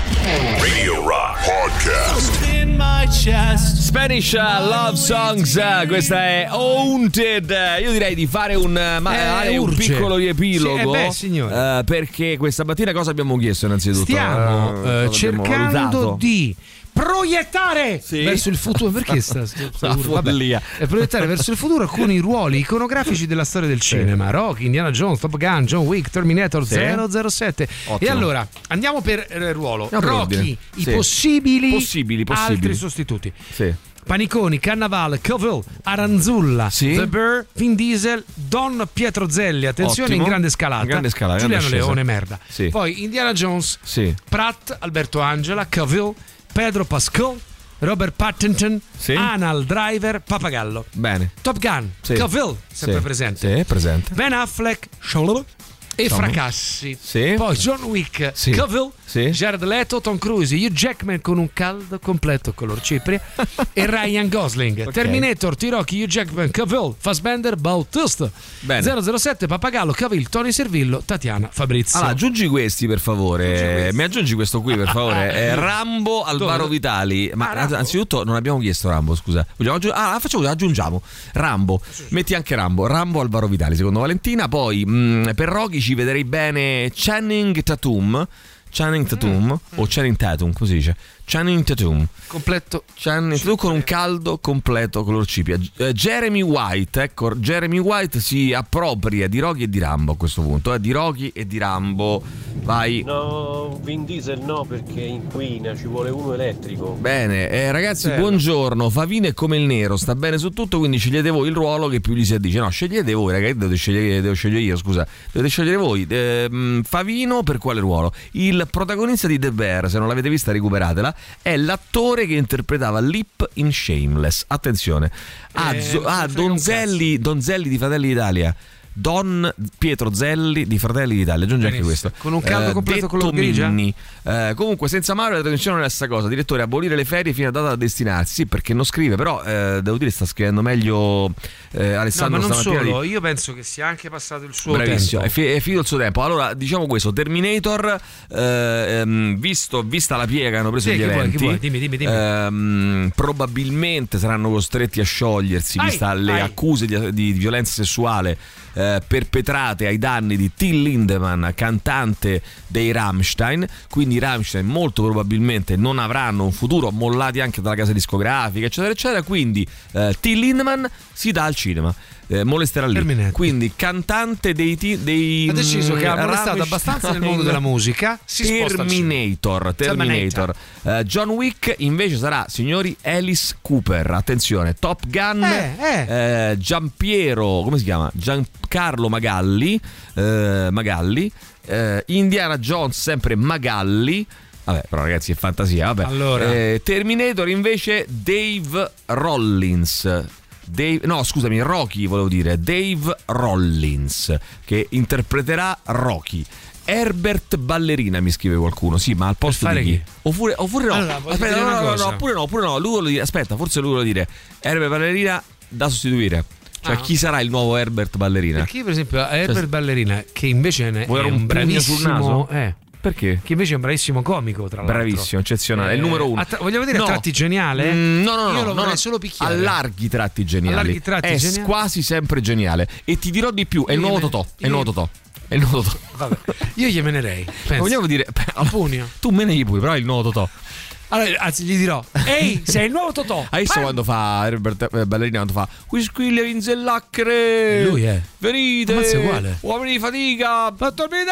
Radio Rock Podcast. In my chest. Spanish uh, Love Songs, uh, questa è Haunted. Io direi di fare un, uh, ma, eh, un piccolo riepilogo. Sì, eh beh, signore. Uh, perché questa mattina cosa abbiamo chiesto innanzitutto? Stiamo uh, uh, cercando valutato? di proiettare sì. verso il futuro. Perché sta, sta, sta follia? Vabbè, proiettare verso il futuro alcuni ruoli iconografici della storia del sì. cinema: Rocky, Indiana Jones, Top Gun, John Wick, Terminator, sì. zero zero sette. Ottimo. E allora andiamo per eh, ruolo. No, Rocky, i sì. possibili, possibili, possibili altri sostituti. Sì. Paniconi, Cannavale, Cavill, Aranzulla, sì. The Burr, Vin Diesel, Don Pietrozelli, attenzione, Ottimo. in grande scalata, in grande scalata Giuliano grande Leone, merda. Sì. Poi Indiana Jones, sì. Pratt, Alberto Angela, Cavill, Pedro Pascal, Robert Pattinson, sì. Anal Driver, Papagallo. Bene. Top Gun, sì. Cavill, sempre sì. presente. Sì, presente. Ben Affleck, Shalala e Insomma. Fracassi. Sì. Poi John Wick, sì. Cavill, sì. Jared Leto, Tom Cruise, Hugh Jackman con un caldo completo color cipria e Ryan Gosling. Okay. Terminator, T-Rocky, Hugh Jackman, Cavill, Fassbender, Bautista. zero zero sette, Papagallo, Cavill, Tony Servillo, Tatiana Fabrizio. Allora, aggiungi questi per favore. Aggiungi questi. Mi aggiungi questo qui per favore. Eh, Rambo, Alvaro Dove? Vitali. Ma ah, anzitutto non abbiamo chiesto Rambo, scusa. Ah, facciamo, aggiungiamo Rambo. Metti anche Rambo. Rambo, Alvaro Vitali, secondo Valentina. Poi mh, per Rocky ci vedrei bene Channing Tatum. Channing Tatum mm, mm. o Channing Tatum, così dice. Channing Tatum completo Channing Tatum con un caldo completo color cipria. uh, Jeremy White, ecco, Jeremy White si appropria di Rocky e di Rambo a questo punto, eh, di Rocky e di Rambo. Vai. No, Vin Diesel no, perché inquina, ci vuole uno elettrico. Bene, eh, ragazzi, Serve. buongiorno. Favino è come il nero, sta bene su tutto, quindi scegliete voi il ruolo che più gli si addice. No, scegliete voi, ragazzi, dovete scegliere, devo scegliere io, scusa. Dovete scegliere voi. Eh, Favino per quale ruolo? Il protagonista di The Bear, se non l'avete vista recuperatela, è l'attore che interpretava Lip in Shameless. Attenzione. Ah, eh, zo- ah Donzelli, Donzelli di Fratelli d'Italia. Don Pietro Zelli di Fratelli d'Italia, aggiunge anche questo. Con un caldo eh, completo color grigia. Eh, comunque senza Mario la trasmissione non è la stessa cosa. Direttore, abolire le ferie fino a data da destinarsi. Sì, perché non scrive, però eh, devo dire sta scrivendo meglio eh, Alessandro. No, ma non solo, di... io penso che sia anche passato il suo Bravissimo, tempo. È, fi- è finito il suo tempo. Allora, diciamo questo, Terminator eh, ehm, visto, vista la piega che hanno preso sì, gli che eventi, vuoi, dimmi, dimmi, dimmi. Ehm, probabilmente saranno costretti a sciogliersi ai, vista le ai. accuse di, di violenza sessuale Eh, perpetrate ai danni di Till Lindemann, cantante dei Rammstein. Quindi i Rammstein molto probabilmente non avranno un futuro, mollati anche dalla casa discografica eccetera eccetera. Quindi eh, Till Lindemann si dà al cinema, eh, molesterà lì. Terminate. Quindi cantante dei, dei ha deciso mh, che ha molestato Rammstein abbastanza nel mondo della musica, si Terminator Terminator uh, John Wick invece sarà, signori, Alice Cooper. Attenzione, Top Gun, eh, eh. Uh, Giampiero, come si chiama? Giancarlo Magalli, uh, Magalli uh, Indiana Jones sempre Magalli. Vabbè, però ragazzi è fantasia. Vabbè. Allora. eh, Terminator invece Dave Rollins. Dave, no, scusami, Rocky volevo dire, Dave Rollins, che interpreterà Rocky. Herbert Ballerina, mi scrive qualcuno. Sì, ma al posto di chi? chi? Oppure, oppure no. Allora, aspetta, no, no, no, no, oppure no, oppure no. Lui vuole dire, aspetta, forse lui vuole dire Herbert Ballerina da sostituire. Cioè, ah. chi sarà il nuovo Herbert Ballerina? Perché, per esempio, Herbert cioè, Ballerina, che invece è un, un bravissimo sul naso? Eh. Perché? Che invece è un bravissimo comico, tra l'altro. Bravissimo, eccezionale, eh, è il numero uno. Attra- vogliamo dire no. a tratti geniale? Mm, no, no, no. Io lo no, vorrei no, solo picchiare. A larghi tratti geniali. A larghi tratti è geniali. quasi sempre geniale. E ti dirò di più, è il nuovo Totò. È il nuovo Totò. È il nuovo Totò. Vabbè, io gli menerei. Vogliamo dire, a pugno. Tu menegli pure, però è il nuovo Totò. Allora, anzi, gli dirò: ehi, sei il nuovo Totò. Hai visto quando fa Herbert eh, Ballerina? Quando fa Whisky in zellacchere. Lui è. Venite, è uguale. uomini di fatica. Fatto venire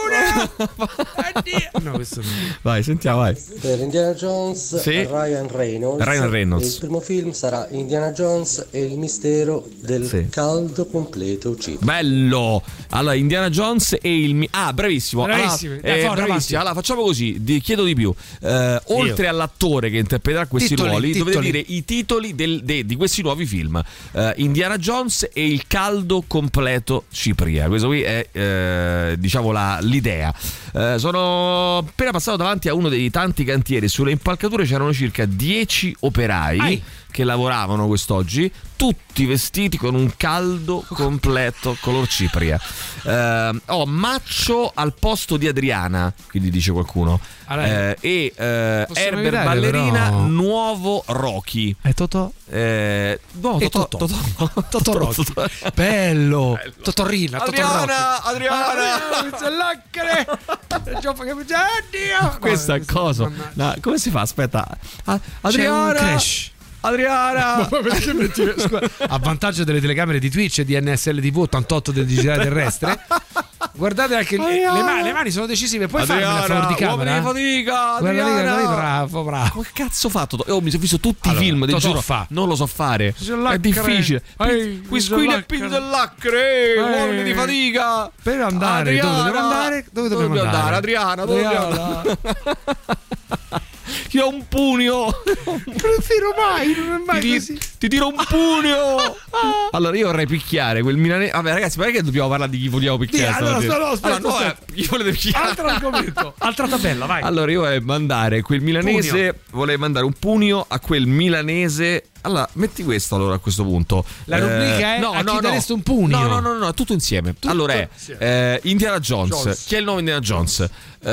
da raccoon. No, questo non è. Vai, sentiamo, vai. Per Indiana Jones, sì. Ryan Reynolds. Ryan Reynolds. Il primo film sarà Indiana Jones e il mistero del sì. caldo completo chip. Bello. Allora, Indiana Jones e il mi- ah, bravissimo. Bravissimo. Allora, eh, bravissimo. Allora, facciamo così. Di, chiedo di più. Eh, oltre all'attore che interpreterà questi titoli, ruoli, titoli. dovete dire i titoli del, de, di questi nuovi film. Uh, Indiana Jones e il caldo completo Cipria. Questo qui è eh, diciamo la, l'idea. Uh, sono appena passato davanti a uno dei tanti cantieri. Sulle impalcature c'erano circa dieci operai. Ai. che lavoravano quest'oggi, tutti vestiti con un caldo completo color cipria. Eh, oh, Maccio al posto di Adriana, quindi dice qualcuno. Allora, eh, e eh, Herbert evitare, Ballerina, però... nuovo Rocky. E Totò? Eh, no, e Totò, Totò. Totò. Totò Rocky. Bello. Bello. Totorrina, Adriana, Adriana. Adriana. Questa è cosa. No, come si fa? Aspetta. Ah, Adriana. C'è un crash. Adriana. Ma perché metti... Scusa, a vantaggio delle telecamere di Twitch e di N S L T V ottantotto del digitale terrestre. Guardate anche le, le, mani, le mani sono decisive. Puoi farmi a favore di camera? Fatica, Adriana. Guarda, bravo, bravo. Come cazzo ho fatto? Oh, mi sono visto tutti allora, i film del giuro. Fa. Non lo so fare. È difficile. Quisquili e pinzellacre. Uomini di fatica. Per andare, Adriana. dove dobbiamo andare? Dove dobbiamo andare? andare? Adriana, dove dobbiamo andare? Io ho un pugno. Non tiro mai, non è mai ti, così. Ti tiro un pugno. Allora io vorrei picchiare quel milanese. Vabbè ragazzi, ma perché dobbiamo parlare di chi vogliamo picchiare? Sì, allora, no, no, aspetta, allora, no, aspetta. Eh, chi volete picchiare? Altro argomento, altra tabella, vai. Allora io vorrei mandare quel milanese, pugno. Vorrei mandare un pugno a quel milanese. Allora, metti questo allora a questo punto. La rubrica eh, è no, a no, chi no. daresti un pugno? No, no, no, no, tutto insieme. Tutto allora è eh, Indiana Jones. Jones. Chi è il nuovo Indiana Jones?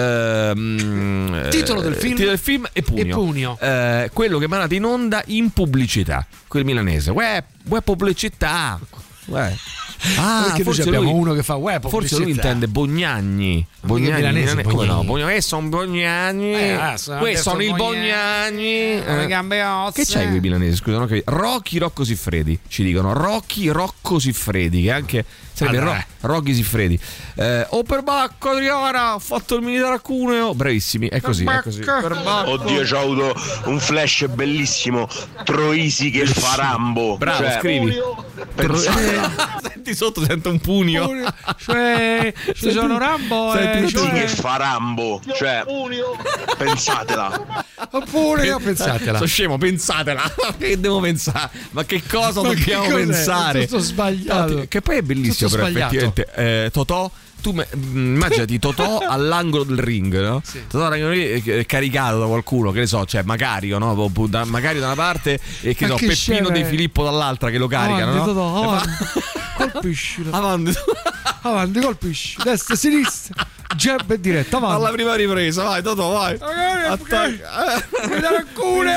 Ehm, titolo del film, titolo del film e pugno. E pugno. Eh, quello che mandate in onda in pubblicità. Quel milanese. Uè, uè pubblicità. Uè. Ah, perché forse noi abbiamo lui, uno che fa web. Forse lui intende Bognagni. Bognagni, milanese, milanese. Bognagni. Come no? Bognagni. Eh, sono Bognagni. Eh, ah, sono Questi sono il Bognagni. Come Eh. gambe ozze. Che c'hai qui milanesi? Scusa, non ho capito. Rocky Rocco Siffredi. Ci dicono Rocky Rocco Siffredi. Che anche sarebbe allora. Ro- Rocky Siffredi. Eh, oh, per Bacco, Adriana. Ho fatto il militare a Cuneo. Bravissimi. È così. È così. Per Bacco. Oddio, c'ho avuto un flash bellissimo. Troisi che fa Rambo. Bravo, cioè, scrivi. Tro- Senti sotto, sento un pugno. Pugno. Cioè, ci sono Rambo senti, e Troisi cioè... che fa Rambo. Cioè, pensatela. Oppure io pensatela. Sono scemo, pensatela. Che devo pensare? Ma che cosa Ma dobbiamo che cos'è? pensare? Tutto sbagliato. Che poi è bellissimo, Tutto però sbagliato. effettivamente. Eh, Totò. Tu me, immaginati Totò all'angolo del ring, no? Sì. Totò all'angolo del ring, eh, caricato da qualcuno, che ne so, cioè Macario, no? Da, Macario da una parte e che Ma so, che Peppino scema De è? Filippo dall'altra che lo caricano, Avanti, no? Totò, E avanti. fa- Colpiscilo. Avanti. Avanti, colpisci. Destra, sinistra. Jab e diretta, avanti. Alla prima ripresa, vai Totò, vai. Attacca. Mi dà il culo.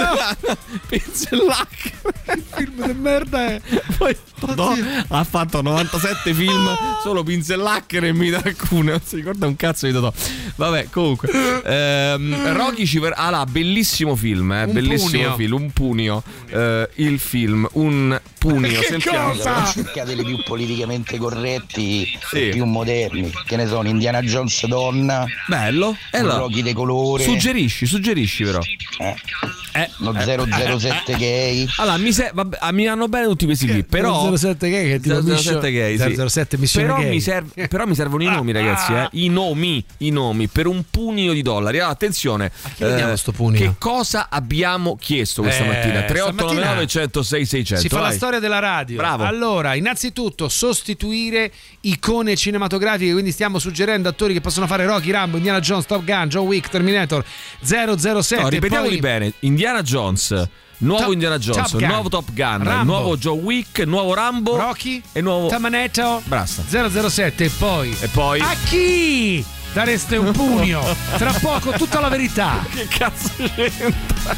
Pinzellacca. Il film di merda è. Poi Totò ha fatto novantasette film solo pinzellacchere e mi dà alcune. Non si ricorda un cazzo di Totò. Vabbè, comunque ehm, Rocky ci ver- ah là, bellissimo film, eh, Un bellissimo punio. film, un punio. Eh, il film, un punio. Che Sentiamo. cosa? Cercateli più politicamente corretti, Sì. più moderni. Che ne sono, Indiana Jones donna, Bello. E allora, Rocky de colore, suggerisci, suggerisci però. eh, Eh, lo eh, zero zero sette gay. Allora, mi, se- vabbè, ah, mi vanno bene tutti questi qui, però zero zero sette gay che ti zero zero sette gay, sì. zero zero sette missione però gay. mi, serv- però mi servono i nomi, ragazzi, eh. I nomi, i nomi per un pugno di dollari. Allora, attenzione, A chi vediamo sto pugno? che cosa abbiamo chiesto questa Eh, mattina? tre otto nove nove stamattina uno zero sei sei zero zero. Si fa la vai. storia della radio. Bravo. Allora, innanzitutto sostituire icone cinematografiche, quindi stiamo suggerendo attori che possono fare Rocky, Rambo, Indiana Jones, Top Gun, John Wick, Terminator, zero zero sette. No, ripetiamoli poi... bene. Indiana Jones, nuovo Top- Indiana Jones, Top Gun, nuovo Top Gun, Rambo, nuovo John Wick, nuovo Rambo, Rocky e nuovo Terminator, Basta. zero zero sette e poi E poi a chi dareste un pugno? Tra poco tutta la verità. che cazzo c'entra?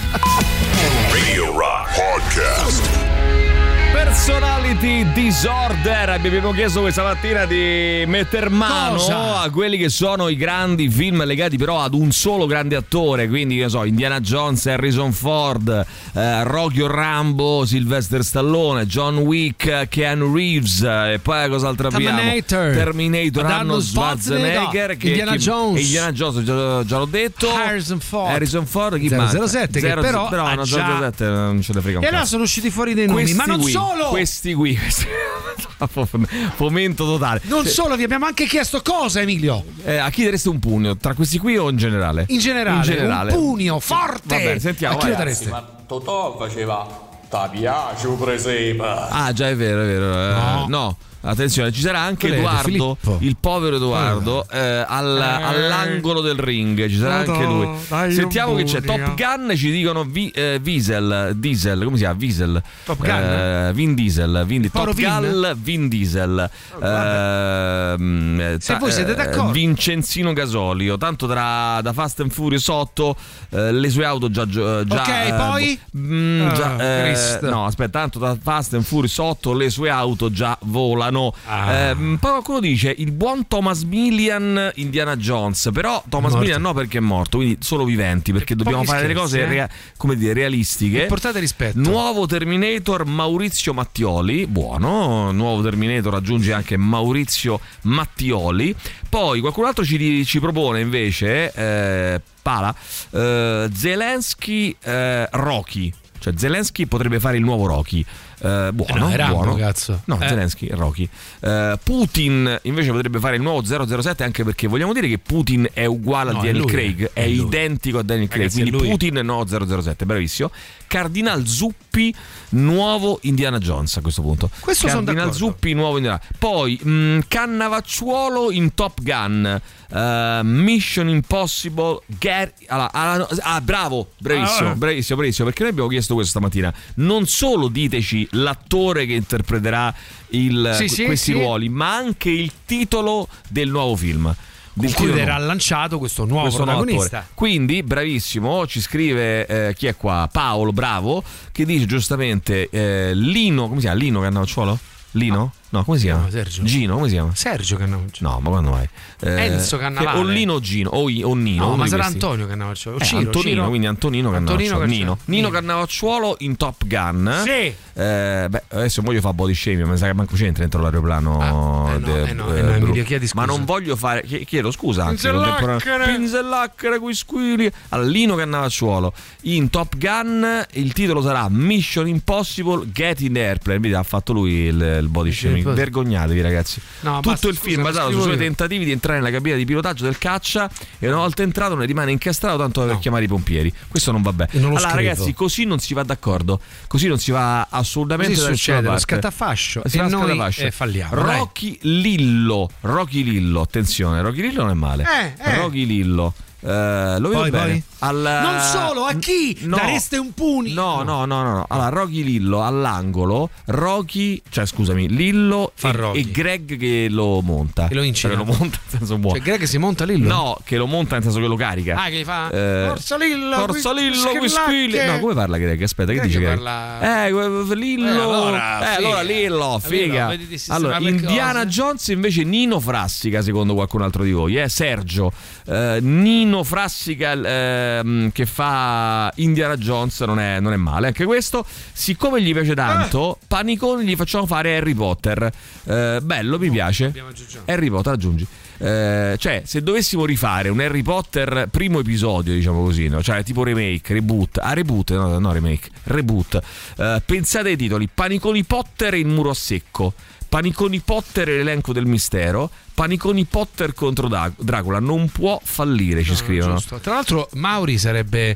Radio Rock Podcast. Personality Disorder. Abbiamo chiesto questa mattina di metter mano Cosa? a quelli che sono i grandi film legati però ad un solo grande attore, quindi che so, Indiana Jones, Harrison Ford, eh, Rocky o Rambo, Sylvester Stallone, John Wick, Keanu Reeves, e poi cos'altro abbiamo? Terminator. Terminator, Arnold Arnold Schwarzenegger, Schwarzenegger, che, Indiana che- Jones. Indiana Jones, già, già l'ho detto. Harrison Ford. Harrison Ford, chi zero zero manca? sette, che Zero- però però ha no, già- zero zero sette non ce ne frega un E allora cazzo. sono usciti fuori dei nomi, Questi ma non qui, solo. Questi qui, questi fomento totale. Non Se- solo, vi abbiamo anche chiesto cosa, Emilio? eh, a chi dareste un pugno? Tra questi qui o in generale? In generale, In generale. un pugno forte. Va bene, sentiamo, A chi vai. lo dareste? Ma Totò faceva "Ta piace presepe". Ah, già è vero, è vero. eh, No. no. attenzione, ci sarà anche Quello è Edoardo, Filippo. il povero Edoardo, eh, al- Eh. all'angolo del ring, ci sarà Madonna, anche lui. dai, Sentiamo che c'è auguri, Top Gun, ci dicono vi, eh, Diesel, Diesel, come si chiama? Diesel. Top Gun? Eh, Vin Diesel, Vin, Top Poro Vin? Gun, Vin Diesel. Ehm, Se ta- voi siete eh, d'accordo. Vincenzino Gasolio, tanto tra da Fast and Furious otto, eh, le sue auto già, già Ok, eh, poi? mm, Ah, già, eh, Cristo. no, aspetta, tanto da Fast and Furious otto le sue auto già volano. Ah. Ehm, poi qualcuno dice il buon Thomas Millian Indiana Jones, però Thomas Morto. Millian no, perché è morto, quindi solo viventi, perché dobbiamo pochi fare delle scherzi, cose eh. rea- come dire, realistiche. E portate rispetto. Nuovo Terminator Maurizio Mattioli, buono, nuovo Terminator raggiunge anche Maurizio Mattioli. Poi qualcun altro ci, ci propone invece eh, Pala eh, Zelensky eh, Rocky, cioè Zelensky potrebbe fare il nuovo Rocky. Eh, buono, Eh no, è Rambo, buono. cazzo. No, Eh. Zelensky è Rocky. Eh, Putin invece potrebbe fare il nuovo zero zero sette, anche perché vogliamo dire che Putin è uguale No, a è Daniel lui, Craig, è, è lui. identico a Daniel Craig, Ragazzi, è quindi lui. Putin no zero zero sette, bravissimo. Cardinal Zuppi nuovo Indiana Jones a questo punto. Questo sono Cardinal d'accordo. Zuppi nuovo Indiana. Poi mh, Cannavacciuolo in Top Gun. eh, Mission Impossible Gary, allora, ah, ah, bravo, bravissimo, Ah. bravissimo, bravissimo, perché noi abbiamo chiesto questo stamattina. Non solo diteci l'attore che interpreterà il, Sì, sì, questi sì. ruoli, ma anche il titolo del nuovo film. Con Del cui titolo verrà nuovo. lanciato questo nuovo Questo nuovo protagonista. attore. Quindi bravissimo, ci scrive eh, chi è qua? Paolo, bravo, che dice giustamente eh, Lino, come si chiama? Lino Cannavacciuolo? Lino? No, come si chiama? No, Sergio. Gino, come si chiama? Sergio Cannavacciuolo. No, ma quando mai? Eh, Enzo Cannavale. che- O Lino o Gino, o, I- o Nino. No, uno ma di sarà questi. Antonio Cannavacciuolo. Eh, Ciro, Antonino, Ciro. quindi Antonino Antonino Cannavacciuolo. Nino. Cannavacciuolo. Nino Cannavacciuolo in Top Gun. Sì. Eh, beh, adesso voglio fare body shaming, ma mi sa che manco c'entra dentro l'aeroplano. Ah, eh no, de- eh no, eh, eh no, Bru. Emilio, chiedi scusa. Ma non voglio fare. chie- Chiedo scusa anche. Pinzellacchere. contemporaneamente. Pinzellacchere, qui squilli. Allora, Lino Cannavacciuolo in Top Gun. Il titolo sarà Mission Impossible Get in Airplane. Vedi, ha fatto lui il, il body shaming. poi- Vergognatevi, ragazzi. No, Tutto basta, il scusa, film lo basato sui scrivo suoi io. tentativi di entrare nella cabina di pilotaggio del caccia, e una volta entrato ne rimane incastrato tanto per chiamare i pompieri. Questo non va bene. Non lo Allora, scrivo. ragazzi, così non si va d'accordo. Così non si va assolutamente Così da nessuna succede, lo parte. scattafascio Si e fa noi scatafascio. eh, falliamo. dai. Rocky Lillo, Rocky Lillo, attenzione, Rocky Lillo non è male. Eh, eh. Rocky Lillo. Eh, lo vedo Poi, bene. poi? Al- Non solo, a chi? No. Dareste un puni? No, no, no, no, no. Allora, Rocky Lillo all'angolo, Rocky, cioè scusami, Lillo Fa e, Rocky. e Greg che lo monta. Che lo incina. Cioè, che lo monta nel senso buono. Cioè, Greg si monta Lillo? No, che lo monta nel senso che lo carica. Ah, che gli fa? Eh, Forza Lillo! Forza qui- Lillo, qui squilli. schillacche. No, come parla Greg? Aspetta, che Greg dice Greg? parla- Eh, que- Lillo. Eh, allora, Eh, figa. allora Lillo, figa. Lillo, vedi di Allora, sistemare le Indiana cose. Jones invece Nino Frassica, secondo qualcun altro di voi, eh? Sergio. Eh, Nino Frassica ehm, che fa Indiana Jones non è, non è male anche questo. Siccome gli piace tanto, Eh. Paniconi gli facciamo fare Harry Potter. Eh, bello, mi piace. abbiamo aggiungiamo. Harry Potter, aggiungi. Eh, cioè, se dovessimo rifare un Harry Potter primo episodio, diciamo così, no? Cioè tipo remake, reboot, ah reboot, no, no remake, reboot. Eh, pensate ai titoli: Paniconi Potter e il muro a secco, Paniconi Potter e l'elenco del mistero, Paniconi Potter contro Da- Dracula. Non può fallire, ci No, scrivono. giusto. Tra l'altro Mauri sarebbe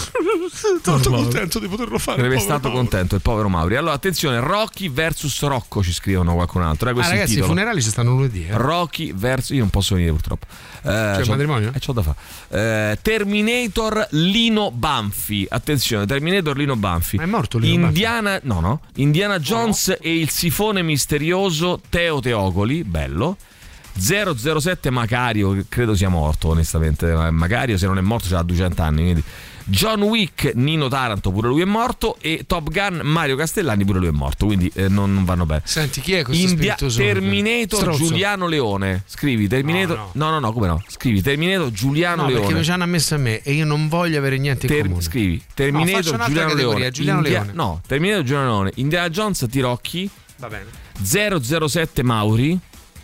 tanto contento di poterlo fare. Sarebbe povero stato Mauri. contento il povero Mauri. Allora, attenzione, Rocky versus Rocco, ci scrivono qualcun altro. Eh, Ah, questo è il ragazzi, i titolo. funerali ci stanno lunedì. Eh. Rocky versus. Io non posso venire purtroppo. Eh, C'è il c'ho- matrimonio? Eh, c'ho da fare. Eh, Terminator Lino Banfi. Attenzione, Terminator Lino Banfi. Ma è morto Lino Indiana, no, no. Indiana Jones e il sifone misterioso Teo Teocoli. Bello. zero zero sette Macario, credo sia morto, onestamente. Eh, Macario, se non è morto, c'ha duecento anni. Quindi. John Wick, Nino Taranto, pure lui è morto. E Top Gun, Mario Castellani, pure lui è morto. Quindi eh, non, non vanno bene. Senti, chi è questo India- spiritoso? Terminator Strozzo. Giuliano Leone. Scrivi Terminator. No, No, no, no, come no? Scrivi Terminator Giuliano No, Leone. perché mi ci hanno ammesso a me e io non voglio avere niente in Ter- comune. scrivi No, faccio Terminator un'altra Giuliano categoria, Leone. Giuliano India- Leone. No, Terminator Giuliano Leone. Indiana Jones Tirocchi. Va bene. zero zero sette Mauri.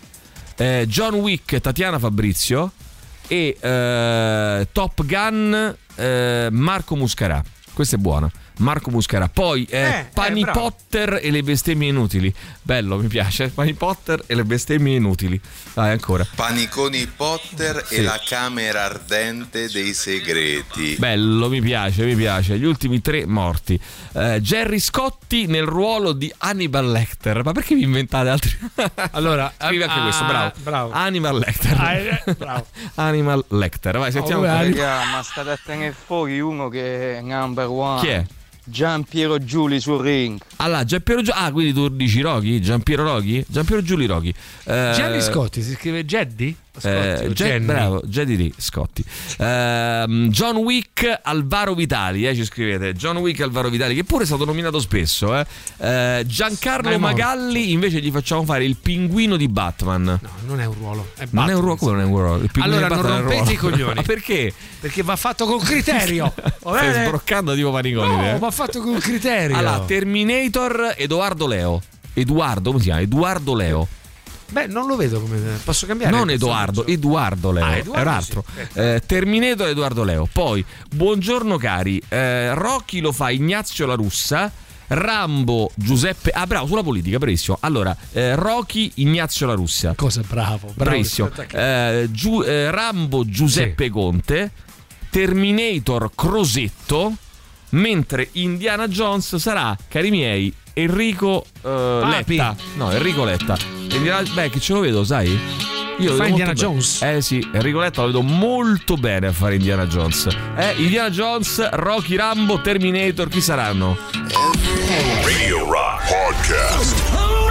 eh, John Wick Tatiana Fabrizio. E eh, Top Gun eh, Marco Muscarà. Questa è buona. Marco Muscara. Poi eh, Eh, Pani eh, bravo. Potter e le bestemmie inutili. Bello, mi piace. Pani Potter e le bestemmie inutili. Vai ancora. Paniconi Potter Sì. e la camera ardente dei segreti. Bello, mi piace, mi piace. Gli ultimi tre morti. Eh, Gerry Scotti nel ruolo di Hannibal Lecter. Ma perché vi inventate altri? Allora, scrivi anche ah, questo, bravo. bravo. Hannibal Lecter. Ah, eh, bravo. Hannibal Lecter. Vai, sentiamo. Oh, Raga, ma state a tenere fuori uno che è number one. Chi è? Giampiero Giuli sul ring. Allora, Giampiero Giuli. Ah, quindi tu dici Roghi? Giampiero Roghi? Giampiero Giuli Roghi. Eh, Gerry Scotti si scrive Geddy? Scotti Eh, o Ge- Jenny? bravo, Jedi Lee Scotti. Ehm, John Wick, Alvaro Vitali, eh, ci scrivete. John Wick, Alvaro Vitali, che pure è stato nominato spesso. Eh. Eh, Giancarlo Ma è morto. Magalli, invece gli facciamo fare il pinguino di Batman. No, non è un ruolo. È Non è un ruolo, Batman, come non è un ruolo? Il pinguino Allora di non Batman è un rompete i ruolo. coglioni. Ma perché? Perché va fatto con criterio. Va Stai bene? sbroccando tipo Paniconi. No, eh? va fatto con criterio. Allora, Terminator, Edoardo Leo. Edoardo, come si chiama? Edoardo Leo. Beh, non lo vedo come. Posso cambiare? Non questo Edoardo, personaggio? Edoardo Leo. Ah, è Edoardo, un altro. sì. Eh, Terminator Edoardo Leo. Poi, buongiorno cari. Eh, Rocky lo fa Ignazio La Russa. Rambo Giuseppe. Ah, bravo, sulla politica, bravissimo. Allora, eh, Rocky Ignazio La Russa. Cosa bravo, bravo. Bravissimo. Eh, Giu- eh, Rambo Giuseppe Conte. Terminator Crosetto. Mentre Indiana Jones sarà, cari miei, Enrico eh, Papi. Letta. No, Enrico Letta. Indiana- Beh, che ce lo vedo, sai? Io lo Fa vedo Indiana molto bene. Jones? Eh sì, Enrico Letta lo vedo molto bene a fare Indiana Jones. Eh, Indiana Jones, Rocky, Rambo, Terminator, chi saranno? Radio Rock Podcast.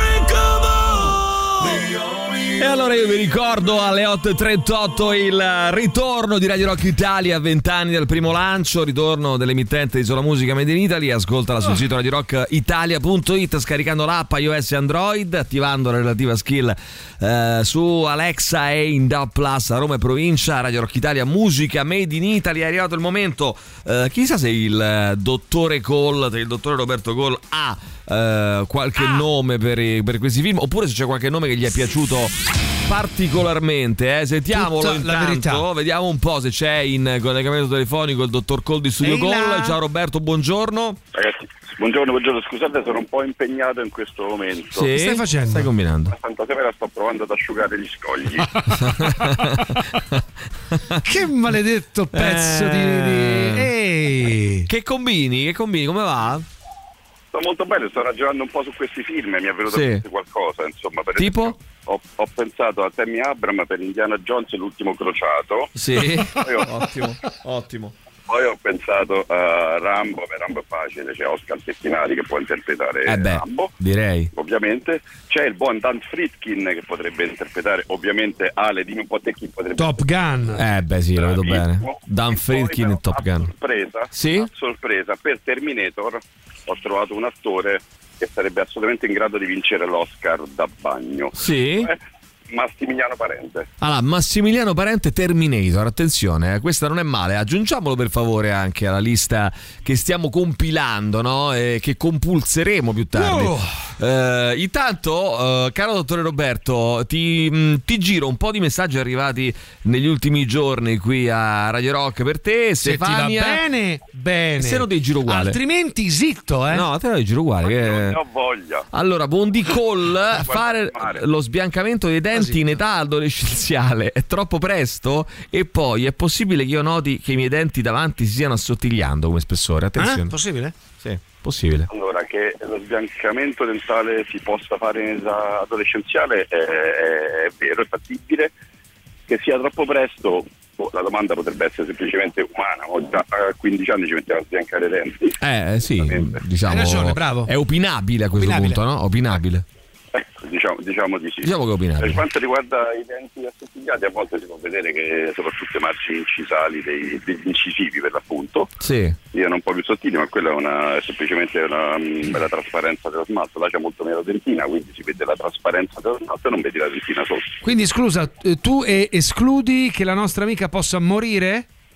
E allora io vi ricordo alle otto e trentotto il ritorno di Radio Rock Italia a vent'anni dal primo lancio, ritorno dell'emittente di Sola Musica Made in Italy. Ascoltala sul sito radio rock italia punto it scaricando l'app iOS e Android, attivando la relativa skill eh, su Alexa e in D A B Plus a Roma e provincia. Radio Rock Italia, musica Made in Italy. È arrivato il momento, eh, chissà se il eh, dottore Cole, se il dottore Roberto Cole ha eh, qualche ah. nome per, i, per questi film, oppure se c'è qualche nome che gli è piaciuto particolarmente, eh. Sentiamolo Tutta intanto, la verità. vediamo un po' se c'è in collegamento telefonico il dottor Cole di Studio Ehi Cole. là. Ciao Roberto, buongiorno. Ragazzi, buongiorno, buongiorno, scusate, sono un po' impegnato in questo momento. Sì? Che stai facendo? Stai combinando? A Santa Severa sto provando ad asciugare gli scogli. Che maledetto pezzo Eh. di, di... Ehi. Che combini? Che combini? Come va? Sto molto bene, sto ragionando un po' su questi film e mi è venuto Sì. in mente qualcosa, insomma. Per Tipo? esempio, ho, ho pensato a Tammy Abram per Indiana Jones e l'ultimo crociato. Sì. Poi ho, Ottimo, ottimo. poi ho pensato a Rambo, per Rambo è facile, c'è Oscar Pettinari che può interpretare Eh beh, Rambo. direi. Ovviamente c'è il buon Dan Friedkin che potrebbe interpretare, ovviamente Ale, dimmi un po' te chi potrebbe Top Gun. Eh beh sì, lo vedo bene. Bravissimo. Dan E Friedkin poi, e Top però, a Gun. sorpresa, Sì? a sorpresa per Terminator ho trovato un attore che sarebbe assolutamente in grado di vincere l'Oscar da bagno. Sì? Eh, Massimiliano Parente. Allora, Massimiliano Parente Terminator, attenzione, eh, questa non è male, aggiungiamolo per favore anche alla lista che stiamo compilando, no? E che compulseremo più tardi. Oh. Eh, intanto, eh, caro dottore Roberto, ti, mh, ti giro un po' di messaggi arrivati negli ultimi giorni qui a Radio Rock per te, Se ti va Stefania. bene, bene. Se no ti giro uguale. Altrimenti zitto, eh. No, te lo giro uguale. Non Che... ne ho voglia. Allora, Bondi Call, fare mare. lo sbiancamento dei denti in età adolescenziale è troppo presto? E poi è possibile che io noti che i miei denti davanti si stiano assottigliando come spessore? Attenzione. Eh? Possibile? Sì, possibile. Allora, che lo sbiancamento dentale si possa fare in età adolescenziale è, è, è vero, è fattibile. Che sia troppo presto, boh, la domanda potrebbe essere semplicemente umana. O già a quindici anni ci mettiamo a sbiancare i denti. Eh sì, diciamo, Hai ragione, bravo. è opinabile a questo Opinabile. punto, no? Opinabile. Ecco, diciamo, diciamo di sì. Diciamo che è opinabile. Per quanto riguarda i denti assottigliati, a volte si può vedere che soprattutto i margini incisali dei, degli incisivi per l'appunto Sì. siano un po' più sottili, ma quella è, una, è semplicemente una, la trasparenza dello smalto. Là c'è molto meno dentina, quindi si vede la trasparenza dello smalto e non vedi la dentina sotto. Quindi scusa, eh, tu eh, escludi che la nostra amica possa morire?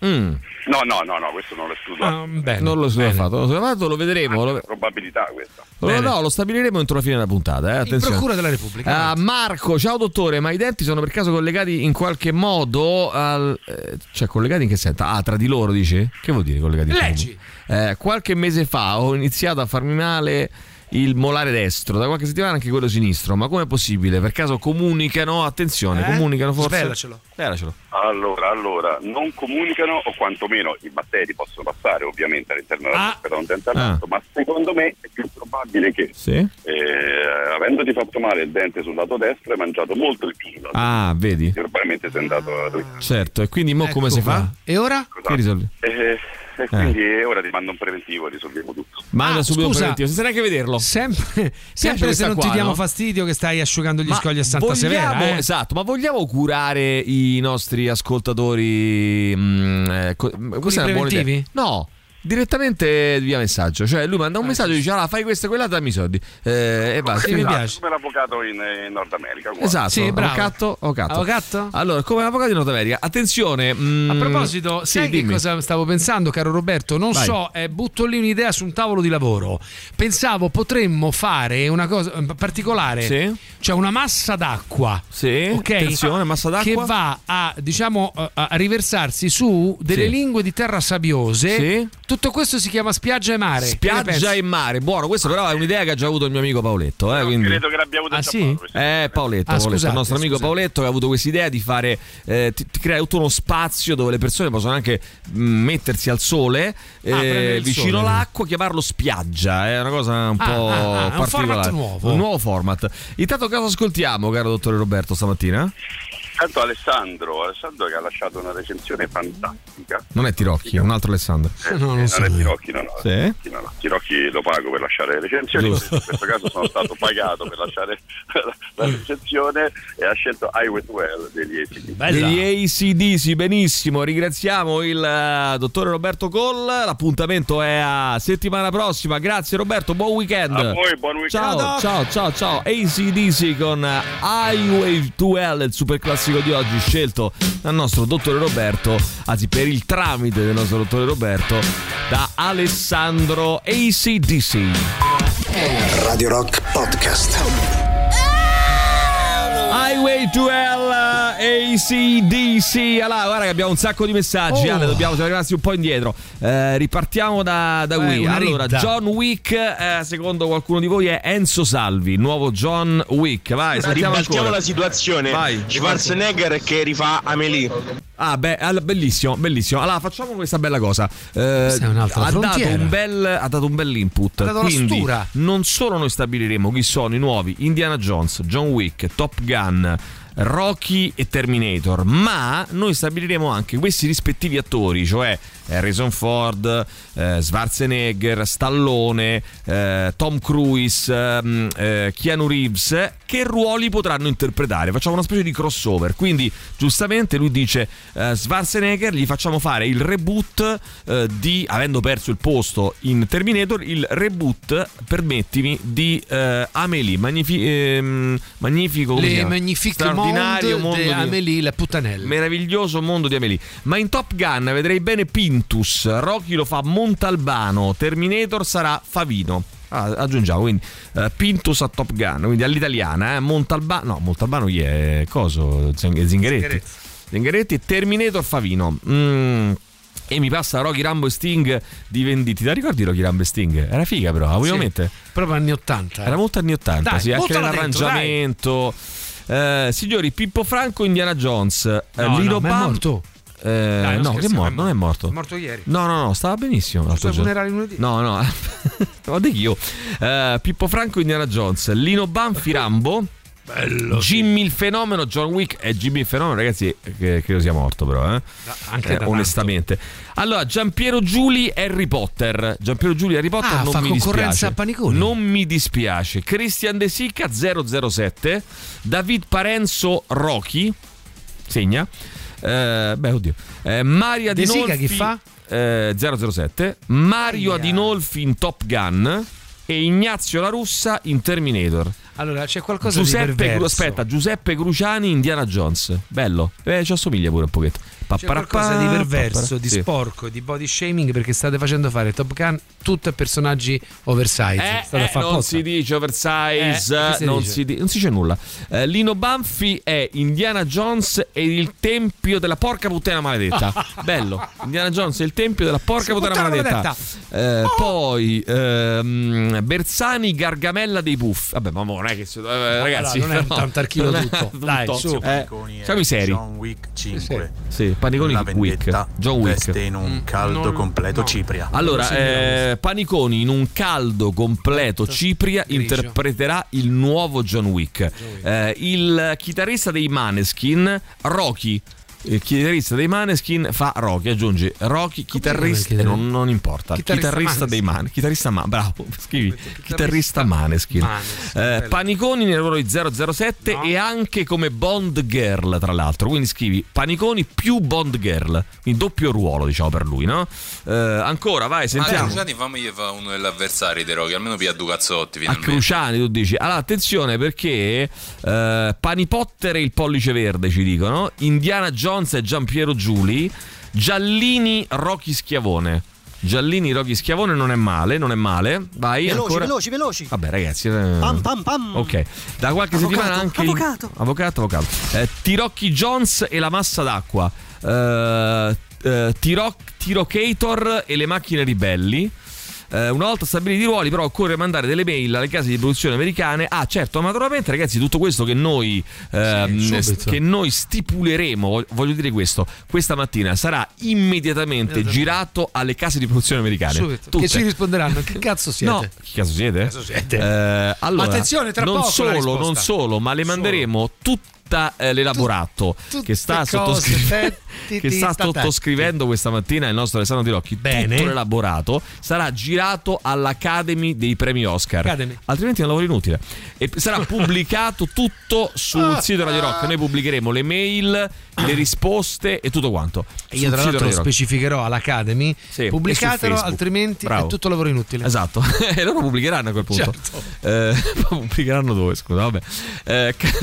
Mm. No, no, no, no, questo non lo escludo. Ah, bene, non lo sono bene. fatto, non lo sono fatto, lo vedremo. Lo... probabilità questa. No, no, lo stabiliremo entro la fine della puntata. Eh. Attenzione. In Procura della Repubblica. Uh, Marco, ciao dottore, ma i denti sono per caso collegati in qualche modo al... Eh, cioè collegati in che senso? Ah, tra di loro dici? Che vuol dire collegati? Leggi. Eh, qualche mese fa ho iniziato a farmi male il molare destro, da qualche settimana anche quello sinistro, ma com'è possibile? Per caso comunicano? Attenzione, Eh? comunicano forse? Svelacelo. Svelacelo. Allora, allora, non comunicano o quantomeno i batteri possono passare ovviamente all'interno della Ah. bocca dentellata, Ah. ma secondo me è più probabile che Sì? eh, avendoti fatto male il dente sul lato destro hai mangiato molto il pino. Ah, vedi? Probabilmente sei andato a... Certo, e quindi mo Ecco come si qua. fa? E ora? Che risolvi? Eh, e quindi ora ti mando un preventivo e risolviamo tutto. Manda Ah, subito un scusa. preventivo, senza neanche vederlo. Sempre, sempre se questa non qua, ti diamo no? fastidio che stai asciugando gli Ma scogli a Santa Severa. vogliamo- Eh? Esatto, ma vogliamo curare i nostri ascoltatori? Mh, eh, co- questa è una buona preventivi? idea. No. Direttamente via messaggio, cioè lui manda un messaggio e dice: allora fai questo e quella, dammi i soldi. Eh, e basta. Sì, mi Esatto, piace. come l'avvocato in, in Nord America. uguale. Esatto, Sì, bravo. avvocato, avvocato. Avvocato? Allora, come avvocato in Nord America, attenzione. mh, A proposito, sì, sai che dimmi. cosa stavo pensando, caro Roberto? Non Vai. so, eh, butto lì un'idea su un tavolo di lavoro. Pensavo potremmo fare una cosa eh, particolare, Sì. cioè una massa d'acqua. Sì, Ok? attenzione, massa d'acqua. Che va a, diciamo, a a riversarsi su delle Sì. lingue di terra sabbiose. Sì. Tutto questo si chiama spiaggia e mare. Che ne Spiaggia pensi? e mare, buono. Questa però è un'idea che ha già avuto il mio amico Paoletto. Eh, No, quindi... credo che l'abbia avuto Ah, già sì? Paolo, questo. Eh, Paoletto, Ah, Paoletto, scusate, il nostro amico scusate. Paoletto che ha avuto questa idea di fare, eh, ti, ti crea tutto uno spazio dove le persone possono anche mh, mettersi al sole eh, prendere il vicino sole. all'acqua, chiamarlo spiaggia. È una cosa un Ah, po' ah, ah, è un particolare. format nuovo. Un nuovo format. Intanto, cosa ascoltiamo, caro dottore Roberto, stamattina? Tanto Alessandro, Alessandro che ha lasciato una recensione fantastica. Non è Tirocchi, è un altro Alessandro. Eh, No, non non so è io. Tirocchi, no, no. Sì? No, no. Tirocchi lo pago per lasciare le recensioni. Giusto. In questo caso sono stato pagato per lasciare la recensione e ha scelto Highway to Hell degli A C D. Bella. Degli A C D C, benissimo. Ringraziamo il eh, dottore Roberto Coll. L'appuntamento è a settimana prossima. Grazie Roberto, buon weekend. A voi, buon weekend. Ciao, ciao, ciao, ciao. A C D C con Highway to Hell, il super classico di oggi scelto dal nostro dottore Roberto, anzi per il tramite del nostro dottore Roberto, da Alessandro A C D C. Radio Rock Podcast. Highway to Hell, A C D C. Allora, guarda che abbiamo un sacco di messaggi. Oh. Ale, dobbiamo siamo rimasti un po' indietro. Eh, ripartiamo da, da Eh, qui. una Allora, ridda. John Wick, eh, secondo qualcuno di voi, è Enzo Salvi, il nuovo John Wick. Vai, sentiamo Ribaltiamo ancora. la situazione. Vai. Schwarzenegger che rifà Amelie. Ah, beh, all- bellissimo, bellissimo. Allora, facciamo questa bella cosa. Eh, Questa è un'altra ha, dato frontiera. un bel, ha dato un bel input. Ha dato la Quindi, stura. non solo noi stabiliremo chi sono i nuovi Indiana Jones, John Wick, Top Gun, Rocky e Terminator, ma noi stabiliremo anche questi rispettivi attori, cioè Harrison Ford, eh, Schwarzenegger, Stallone, eh, Tom Cruise, ehm, eh, Keanu Reeves, che ruoli potranno interpretare. Facciamo una specie di crossover. Quindi giustamente lui dice eh, Schwarzenegger gli facciamo fare il reboot eh, di, avendo perso il posto in Terminator, il reboot, permettimi, di eh, Amélie, magnifi- ehm, magnifico come si Le chiama? Magnifique Straordinario Monde mondo di di- Amélie la puttanella. meraviglioso mondo di Amélie. Ma in Top Gun vedrei bene Pintus, Rocky lo fa Montalbano, Terminator sarà Favino. Ah, aggiungiamo quindi eh, Pintus a Top Gun, quindi all'italiana, eh, Montalbano, no, Montalbano chi è? Coso? Zing- Zingaretti. Zingaretti e Terminator Favino. Mm. E mi passa Rocky Rambo e Sting di Venditti. Ti ricordi Rocky Rambo e Sting? Era figa però, la vogliamo Sì, mettere? proprio anni ottanta. Era molto anni ottanta, Dai, sì, anche buttala dentro, l'arrangiamento. Eh, signori, Pippo Franco, Indiana Jones, eh, No, Lino no, ma è Bam- morto. Eh, Dai, non no, che è scherziamo, morto, non è morto. È morto ieri. No, no, no, stava benissimo. l'altro Suoi giorno. funerali lunedì. No, no, lo dico io. Eh, Pippo Franco, Indiana Jones, Lino Banfi, Rambo. Bello. Jimmy il fenomeno, John Wick e Jimmy il fenomeno, ragazzi, che credo sia morto però, eh? anche Eh, da onestamente. Allora, Giampiero Giuli, Harry Potter. Giampiero Giuli, Harry Potter, Ah, non fa mi concorrenza dispiace. a Paniconi. Non mi dispiace. Christian De Sica, zero zero sette. David Parenzo, Rocky. Segna. Eh, beh, oddio. Eh, Mario De Sica Adinolfi, chi fa? Eh, zero zero sette. Mario Aia. Adinolfi in Top Gun. E Ignazio La Russa in Terminator. Allora c'è qualcosa Giuseppe, di perverso. aspetta, Giuseppe Cruciani, Indiana Jones. Bello. Eh, ci assomiglia pure un pochetto. C'è qualcosa di perverso, pappara, di sì. sporco, di body shaming, perché state facendo fare Top Gun tutto a personaggi oversize. Eh, State a eh, fare non apposta. si dice oversize, Eh, che si non, dice? si di- non si dice nulla. Eh, Lino Banfi è Indiana Jones e il tempio della porca puttana maledetta. Bello. Indiana Jones è il tempio della porca puttana, puttana maledetta. Eh, Poi ehm, Bersani, Gargamella dei Puff. Vabbè, ma mo non è che si- eh, ragazzi, non è un no, tantarchino non è tutto. tutto. Dai, su. Eh, siamo seri. John Wick cinque. Sì, Paniconi La Wick. vendetta John Wick. veste in un caldo non- completo no. Cipria. Allora, eh, Paniconi in un caldo completo Cipria interpreterà il nuovo John Wick. Eh, il chitarrista dei Maneskin, Rocky. Il chitarrista dei Maneskin fa Rocky, aggiungi Rocky, chitarrista, eh, non, non importa, Chitarrista chitarrista, dei Maneskin, chitarrista ma bravo, scrivi chitarrista Maneskin. Maneskin, Eh, Paniconi nel ruolo di zero zero sette e anche come Bond Girl, tra l'altro, quindi scrivi Paniconi più Bond Girl, quindi doppio ruolo diciamo per lui, no? Eh, ancora, vai, Ma sentiamo. Cruciani fammi fa uno degli avversari dei Rocky, almeno via due cazzotti A finalmente. Cruciani tu dici. Allora attenzione perché eh, Pani Potter e il pollice verde ci dicono, Indiana Jones e Giampiero Giuli, Giallini Rocky Schiavone. Giallini Rocky Schiavone non è male, non è male. Vai Veloci, ancora. veloci, veloci. Vabbè ragazzi, eh, Pam, pam, pam. ok, da qualche Avvocato, settimana anche il- avvocato. avvocato, avvocato. Eh, Tirocchi Jones e la massa d'acqua. Eh, eh, Tiroc- Tirocator e le macchine ribelli. Eh, una volta stabiliti i ruoli, però occorre mandare delle mail alle case di produzione americane. Ah, certo, ma naturalmente, ragazzi, tutto questo che noi ehm, Sì, st- subito. che noi stipuleremo, vog- voglio dire questo, questa mattina sarà immediatamente girato alle case di produzione americane. Subito. Tutte. Che ci risponderanno? Che cazzo siete? No, chi cazzo siete? Cazzo siete? Eh, allora, Ma attenzione, tra non poco la solo, risposta. non solo, ma le manderemo tutta eh, l'elaborato Tut- che sta, tutte cose, sottoscri- te- che sta ti- ti- sottoscrivendo questa mattina il nostro Alessandro Tirocchi. Bene. Tutto l'elaborato sarà girato all'Academy dei premi Oscar. Academy. Altrimenti è un lavoro inutile. E sarà pubblicato tutto sul sito Radio Rock. Noi pubblicheremo le mail, le risposte e tutto quanto. E io sul tra sito l'altro Radio Rock. specificherò all'Academy, Sì, e su pubblicatelo, Facebook. altrimenti Bravo. è tutto lavoro inutile. Esatto, e loro pubblicheranno a quel punto. Certo. Eh, pubblicheranno dove? Scusa, vabbè. Eh, ca-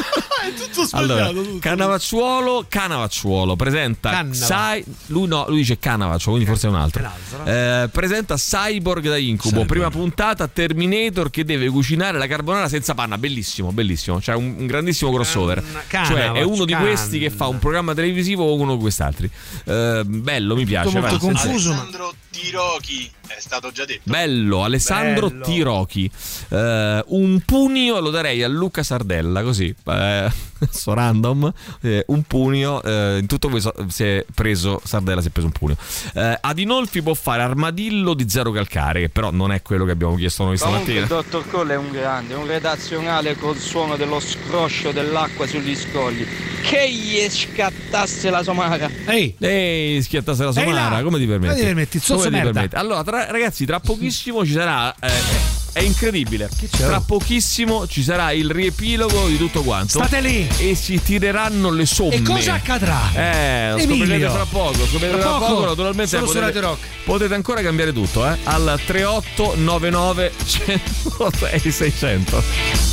È tutto allora, sbagliato. tutto. Canavacciuolo, Canavacciuolo presenta Cannava. Sai, lui no, lui dice Canavacciuolo, quindi forse è un altro. È un altro, no? Eh, presenta Cyborg da Incubo, Cyborg. prima puntata Terminator che deve cucinare la carbonara senza panna, bellissimo, bellissimo, cioè un, un grandissimo crossover. Canna- cioè è uno di canna. questi che fa un programma televisivo o uno di quest'altri. Eh, bello, mi piace. Tutto molto vai. confuso. ma- Alessandro Tirocchi, è stato già detto. Bello, Alessandro Bello. Tirocchi. Eh, un pugno lo darei a Luca Sardella, così, eh, so random. Eh, un pugno, eh, in tutto questo si è preso, Sardella si è preso un pugno. Eh, Adinolfi può fare armadillo di zero calcare, che però non è quello che abbiamo chiesto noi Comunque il stamattina. dottor Cole è un grande, un redazionale col suono dello scroscio dell'acqua sugli scogli. Che gli scattasse la somara. Ehi, Ehi, schiattasse la Ehi somara, là! come ti permetti? Come ti permetti? Zozzo Come ti merda. permetti? Allora, tra- ragazzi, tra pochissimo ci sarà. eh, è incredibile. c'è? Tra pochissimo ci sarà il riepilogo di tutto quanto. State lì. E si tireranno le somme. E cosa accadrà? Eh, lo Emilio. scoprirete fra poco. Scoprirete Tra fra poco, poco. Naturalmente solo su potete, Radio Rock. potete ancora cambiare tutto, eh? Al tre otto nove nove uno zero sei seicento.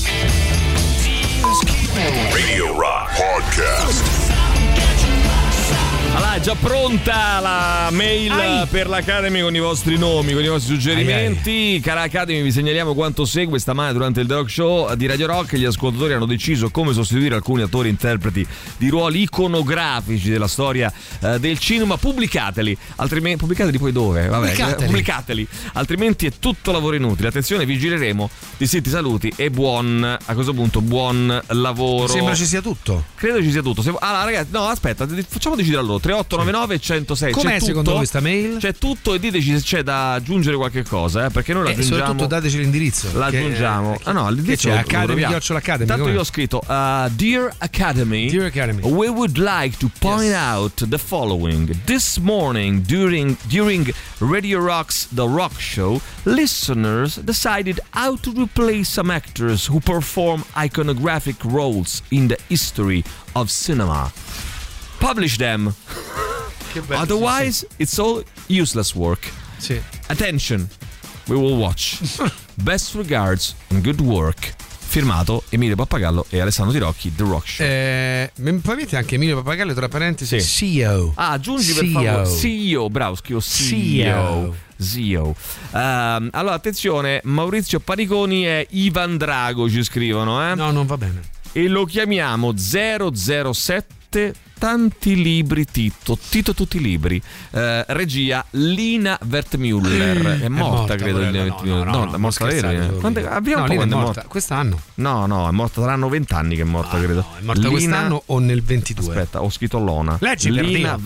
Radio Rock Podcast. Allora, è già pronta la mail Ai. per l'Academy con i vostri nomi, con i vostri suggerimenti. Cara Academy, vi segnaliamo quanto segue. Stamane durante il The Rock Show di Radio Rock gli ascoltatori hanno deciso come sostituire alcuni attori interpreti di ruoli iconografici della storia eh, del cinema. Pubblicateli, altrimenti pubblicateli poi dove? Vabbè, Pubblicateli. eh, pubblicateli, altrimenti è tutto lavoro inutile. Attenzione, vigileremo. Di siti saluti e buon, a questo punto buon lavoro. Sembra ci sia tutto. Credo ci sia tutto. Se- allora, ragazzi, no, aspetta, facciamo decidere allora. tre otto nove nove uno zero sei. Com'è c'è secondo tutto? voi sta mail? C'è tutto e diteci se c'è da aggiungere qualche cosa, eh, perché noi E l'aggiungiamo. soprattutto dateci l'indirizzo. L'aggiungiamo. Che- ah no, che l'indirizzo c'è? lo Academy, troviamo. Chiocciola Academy, Tanto com'è? io ho scritto uh, Dear Academy, Dear Academy. we would like to point Yes. out the following. This morning during during Radio Rock's The Rock Show, listeners decided how to replace some actors who perform iconographic roles in the history of cinema. Publish them. Che bello, Otherwise, it's all useless work. Sì. Attention, we will watch. Best regards and good work. firmato Emilio Pappagallo e Alessandro Tirocchi, The Rock Show. Eh, puoi mettere anche Emilio Pappagallo tra parentesi sì. C E O. Ah, aggiungi per C E O. favore C E O, bravo, scrivo C E O. C E O. Uh, allora attenzione, Maurizio Paniconi e Ivan Drago ci scrivono, eh? No, non va bene. E lo chiamiamo zero zero sette Tanti libri Tito, Tito tutti i libri. Uh, regia Lina Wertmüller. È morta, è morta credo. Quella, no, no, no, no, no, è morta vero. Quando, abbiamo no, quando è è morta. morta? Quest'anno? No, no, è morta, saranno vent'anni che è morta, ah, credo. No, è morta Lina... quest'anno o nel ventidue? Aspetta, ho scritto Lona. Leggi, Lina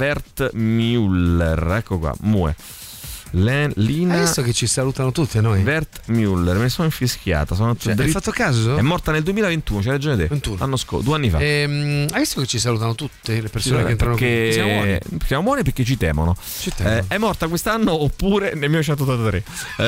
Wertmüller, ecco qua, Mue. Le, Lina... Hai visto che ci salutano tutti a noi? Wertmüller, me ne sono infischiata. Sono cioè, dritt... Hai fatto caso? È morta nel duemilaventuno, c'hai ragione te. ventuno L'anno scorso, due anni fa. Ehm, hai visto che ci salutano tutte le persone sì, che entrano perché... qui? Siamo buoni. Siamo buoni perché ci temono. Ci temono. Eh, è morta quest'anno oppure nel millenovecentottantatré.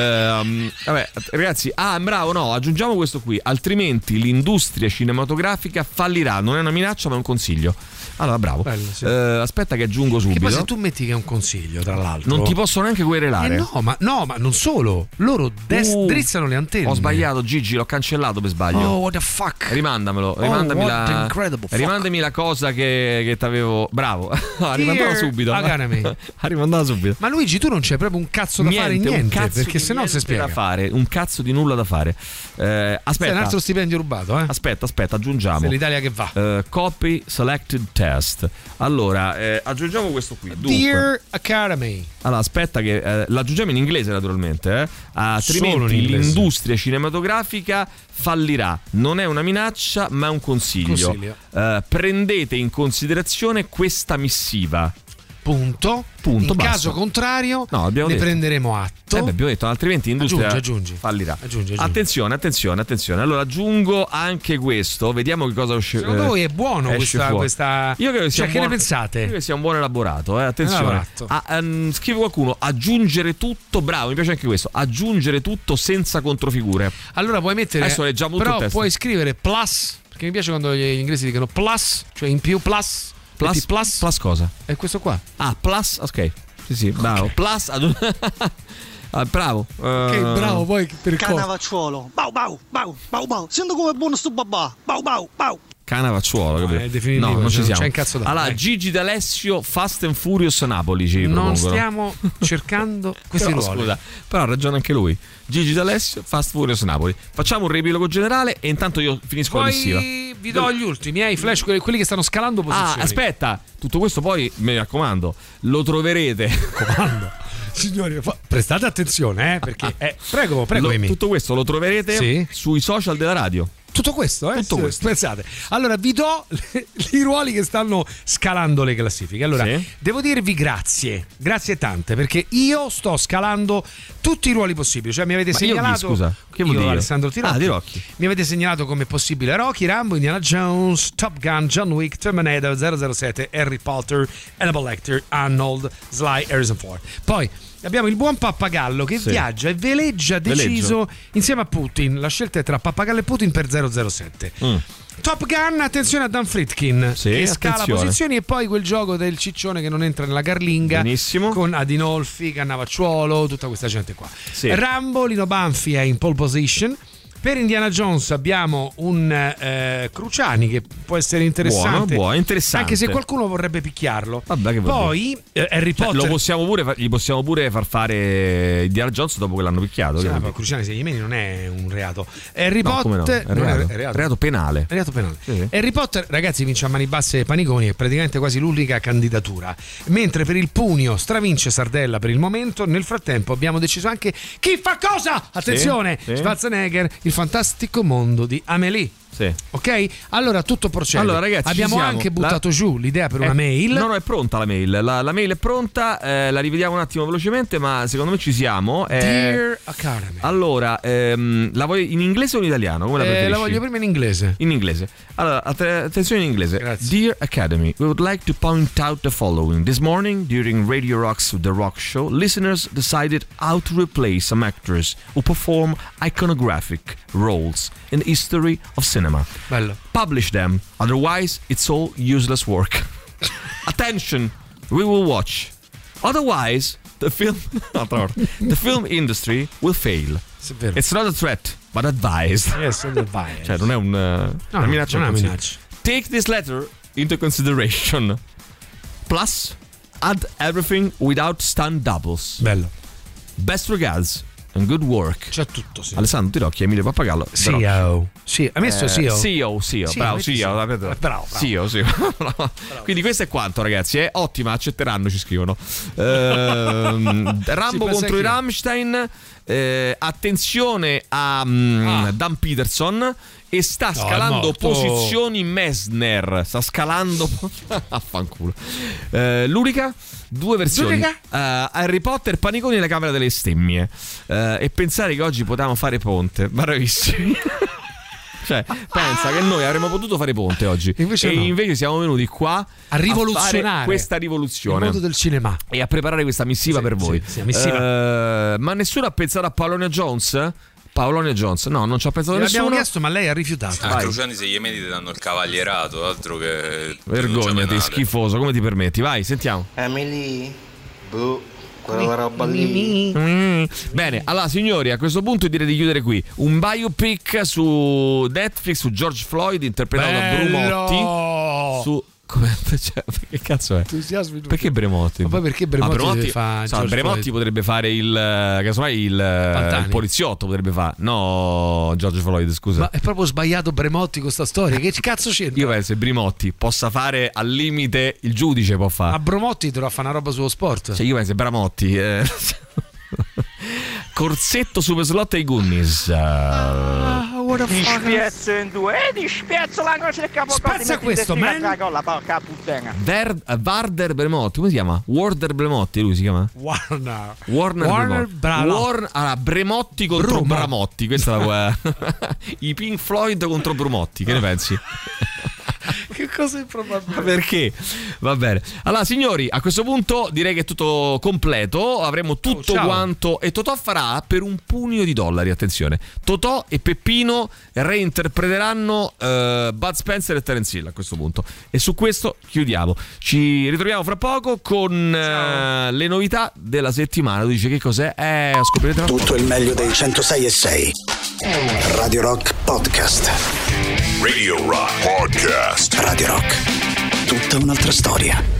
Eh, vabbè, ragazzi, ah, bravo, no, aggiungiamo questo qui. Altrimenti l'industria cinematografica fallirà. Non è una minaccia, ma è un consiglio. Allora, bravo. Bello, sì. eh, aspetta che aggiungo subito. Che poi se tu metti che è un consiglio, tra l'altro, non ti possono neanche querelare. Eh no, ma no, ma non solo. Loro des- uh, drizzano le antenne. Ho sbagliato, Gigi, l'ho cancellato per sbaglio. Oh, what the fuck? Rimandamelo. Rimandami oh, la. Rimandami la cosa che, che t'avevo. Bravo. Ha rimandato subito. Ha rimandato subito. Ma Luigi, tu non c'è proprio un cazzo da niente, fare, niente. Un cazzo perché se no si spiega. Da fare, un cazzo di nulla da fare. Eh, aspetta. È un altro stipendio rubato, eh? Aspetta, aspetta, aggiungiamo. Se l'Italia che va. Uh, copy selected test. Allora, eh, aggiungiamo questo qui. Dunque, Dear Academy. Allora, aspetta che eh, l'aggiungiamo in inglese naturalmente, eh? Altrimenti in inglese. L'industria cinematografica fallirà. Non è una minaccia, ma è un consiglio. consiglio. Eh, prendete in considerazione questa missiva. Punto. Punto. In basta. caso contrario, no, ne detto. prenderemo atto. Eh beh, abbiamo detto, altrimenti l'industria aggiungi, aggiungi. fallirà. Aggiungi, aggiungi. Attenzione, attenzione, attenzione. Allora aggiungo anche questo. Vediamo che cosa uscirà. Secondo eh, voi è buono questa, questa. Io credo che sia cioè, che buon... ne pensate? Io credo che sia un buon elaborato. Eh. Attenzione. Ah, um, scrive qualcuno: aggiungere tutto. Bravo, mi piace anche questo. Aggiungere tutto senza controfigure. Allora puoi mettere. Adesso leggiamo tutto però il testo. Puoi scrivere plus. Perché mi piace quando gli inglesi dicono plus, cioè in più plus. Plus, plus, plus cosa? È questo qua. Ah, plus, ok. Sì, sì, bravo. Okay. Plus. ah, bravo. Uh... Ok, bravo. Poi per Canavacciuolo. Bau, bau, bau, bau, bau. Sento come è buono sto babà. Bau, bau, bau. Canavacciuolo, capito? No, è definitivo, no, non ci siamo. C'è un cazzo da allora, dai. Gigi D'Alessio, Fast and Furious Napoli. Ci non propongono. stiamo cercando questi però, ruoli. Scusa, però ha ragione anche lui. Gigi D'Alessio, Fast Furious Napoli. Facciamo un riepilogo generale e intanto io finisco poi la missiva. Vi do gli ultimi, eh, i flash, quelli che stanno scalando posizioni. Ah, aspetta, tutto questo poi, mi raccomando, lo troverete. Comando. Signori, fa... prestate attenzione, eh, perché eh, prego, prego. Lo, tutto questo lo troverete sì? sui social della radio. Tutto questo, eh? Tutto questo. Pensate. Allora, vi do le, i ruoli che stanno scalando le classifiche. Allora, sì? Devo dirvi grazie. Grazie tante, perché io sto scalando tutti i ruoli possibili. Cioè, mi avete Ma segnalato. Io chi, scusa? Che vuol io, dire? Alessandro Tirocchi. Ah, Tirocchi. Mi avete segnalato come possibile Rocky, Rambo, Indiana Jones, Top Gun, John Wick, Terminator, zero zero sette, Harry Potter, Hannibal Lecter, Arnold, Sly, Harrison Ford. Poi abbiamo il buon Pappagallo che sì. viaggia e veleggia deciso Veleggio. insieme a Putin. La scelta è tra Pappagallo e Putin per zero zero sette. Mm. Top Gun, attenzione a Dan Friedkin sì, che scala attenzione. posizioni, e poi quel gioco del ciccione che non entra nella carlinga. Benissimo. Con Adinolfi, Cannavacciuolo, tutta questa gente qua. Sì. Rambo, Lino Banfi è in pole position. Per Indiana Jones abbiamo un eh, Cruciani che può essere interessante. Buono, buono, interessante. Anche se qualcuno vorrebbe picchiarlo. Vabbè, che Poi eh, Harry cioè, Potter. Lo possiamo pure, gli possiamo pure far fare Indiana Jones dopo che l'hanno picchiato. Sì, ma Cruciani se gli meni non è un reato. Harry no, Potter no? È reato. È reato. reato penale. Reato penale. Sì. Harry Potter, ragazzi, vince a mani basse Paniconi, è praticamente quasi l'unica candidatura. Mentre per il Pugno stravince Sardella per il momento. Nel frattempo abbiamo deciso anche chi fa cosa. Attenzione, sì, sì. Schwarzenegger, il fantastico mondo di Amélie. Sì. Ok? Allora tutto procede. Allora, ragazzi, abbiamo anche buttato la... giù l'idea per è... una mail. No, no, è pronta la mail. La, la mail è pronta, eh, la rivediamo un attimo velocemente, ma secondo me ci siamo. Eh... Dear Academy. Allora, ehm, la vuoi in inglese o in italiano? Come la preferisci? Eh, la voglio prima in inglese. In inglese. Allora, attenzione in inglese. Grazie. Dear Academy, we would like to point out the following. This morning, during Radio Rock's The Rock Show, listeners decided how to replace some actors who perform iconographic roles in the history of cinema. Bello. Publish them, otherwise it's all useless work. Attention, we will watch. Otherwise, the film the film industry will fail. It's not a threat, but advised. Yes, advised. Cioè non è un, no, una minaccia. Non è una minaccia. Take this letter into consideration. Plus, add everything without stunt doubles. Bello. Best regards and good work. C'è tutto, sì. Alessandro Tirocchi, Emilio Pappagallo. C E O. Sì, hai messo C E O? C E O, C E O, sì, bravo, C E O. Bravo, bravo. C E O, sì. Quindi questo è quanto, ragazzi. È ottima, accetteranno, ci scrivono. Ehm, Rambo contro i Rammstein. Eh, attenzione a um, ah. Dan Peterson. E sta scalando no, posizioni Messner. Sta scalando. Affanculo. Eh, l'unica. Due versioni. Uh, Harry Potter, Paniconi e la Camera delle Stemmie. Uh, e pensare che oggi potevamo fare Ponte. Bravissimi. Cioè, pensa che noi avremmo potuto fare Ponte oggi. Invece e no. invece siamo venuti qua a rivoluzionare a fare questa rivoluzione. Il mondo del cinema. E a preparare questa missiva sì, per voi. Sì, sì, missiva. Uh, ma nessuno ha pensato a Paolonia Jones? Paolonia Jones, no, non ci ha pensato nessuno. L'abbiamo chiesto, ma lei ha rifiutato. A Cruciani se gli emeti ti danno il cavalierato, altro che. Vergognati, schifoso, come ti permetti? Vai, sentiamo. Emily, boh, quella roba lì. Mm. Bene, allora signori, a questo punto direi di chiudere qui. Un biopic su Netflix su George Floyd interpretato Bello! da Brumotti. Su come, cioè, che cazzo è? Perché Bremotti? Ma poi perché Bremotti, ah, Bremotti, fa so, Bremotti Floyd? potrebbe fare il casomai il, il poliziotto potrebbe fare. No, George Floyd, scusa. Ma è proprio sbagliato Bremotti con sta storia. Che cazzo c'entra? Io penso che Bremotti possa fare al limite il giudice può fare. Ma Bremotti dovrà fare una roba sullo sport. Cioè io penso che Bramotti eh. Corsetto Super Slot ai Goonies. Ah, ti spiazzo in due, eh, ti spiazzo la croce del capo. Spezza questo, man. La porca puttana. Ver, Varder Bremotti, come si chiama? Warder Bremotti, lui si chiama? Warner. Warner, Warner Bremotti. Warner, allora, Bremotti contro Bruma. Bramotti. Questa è la I Pink Floyd contro Brumotti, che ne pensi? Che cosa improbabile. Perché? Va bene. Allora signori, a questo punto direi che è tutto completo. Avremo tutto oh, quanto. E Totò farà per un pugno di dollari. Attenzione, Totò e Peppino reinterpreteranno uh, Bud Spencer e Terence Hill a questo punto. E su questo chiudiamo. Ci ritroviamo fra poco con uh, le novità della settimana. Tu dici che cos'è? Eh, scoprirete tra tutto poco. Il meglio dei centosei e sei Radio Rock Podcast. Radio Rock Podcast. Radio Rock, tutta un'altra storia.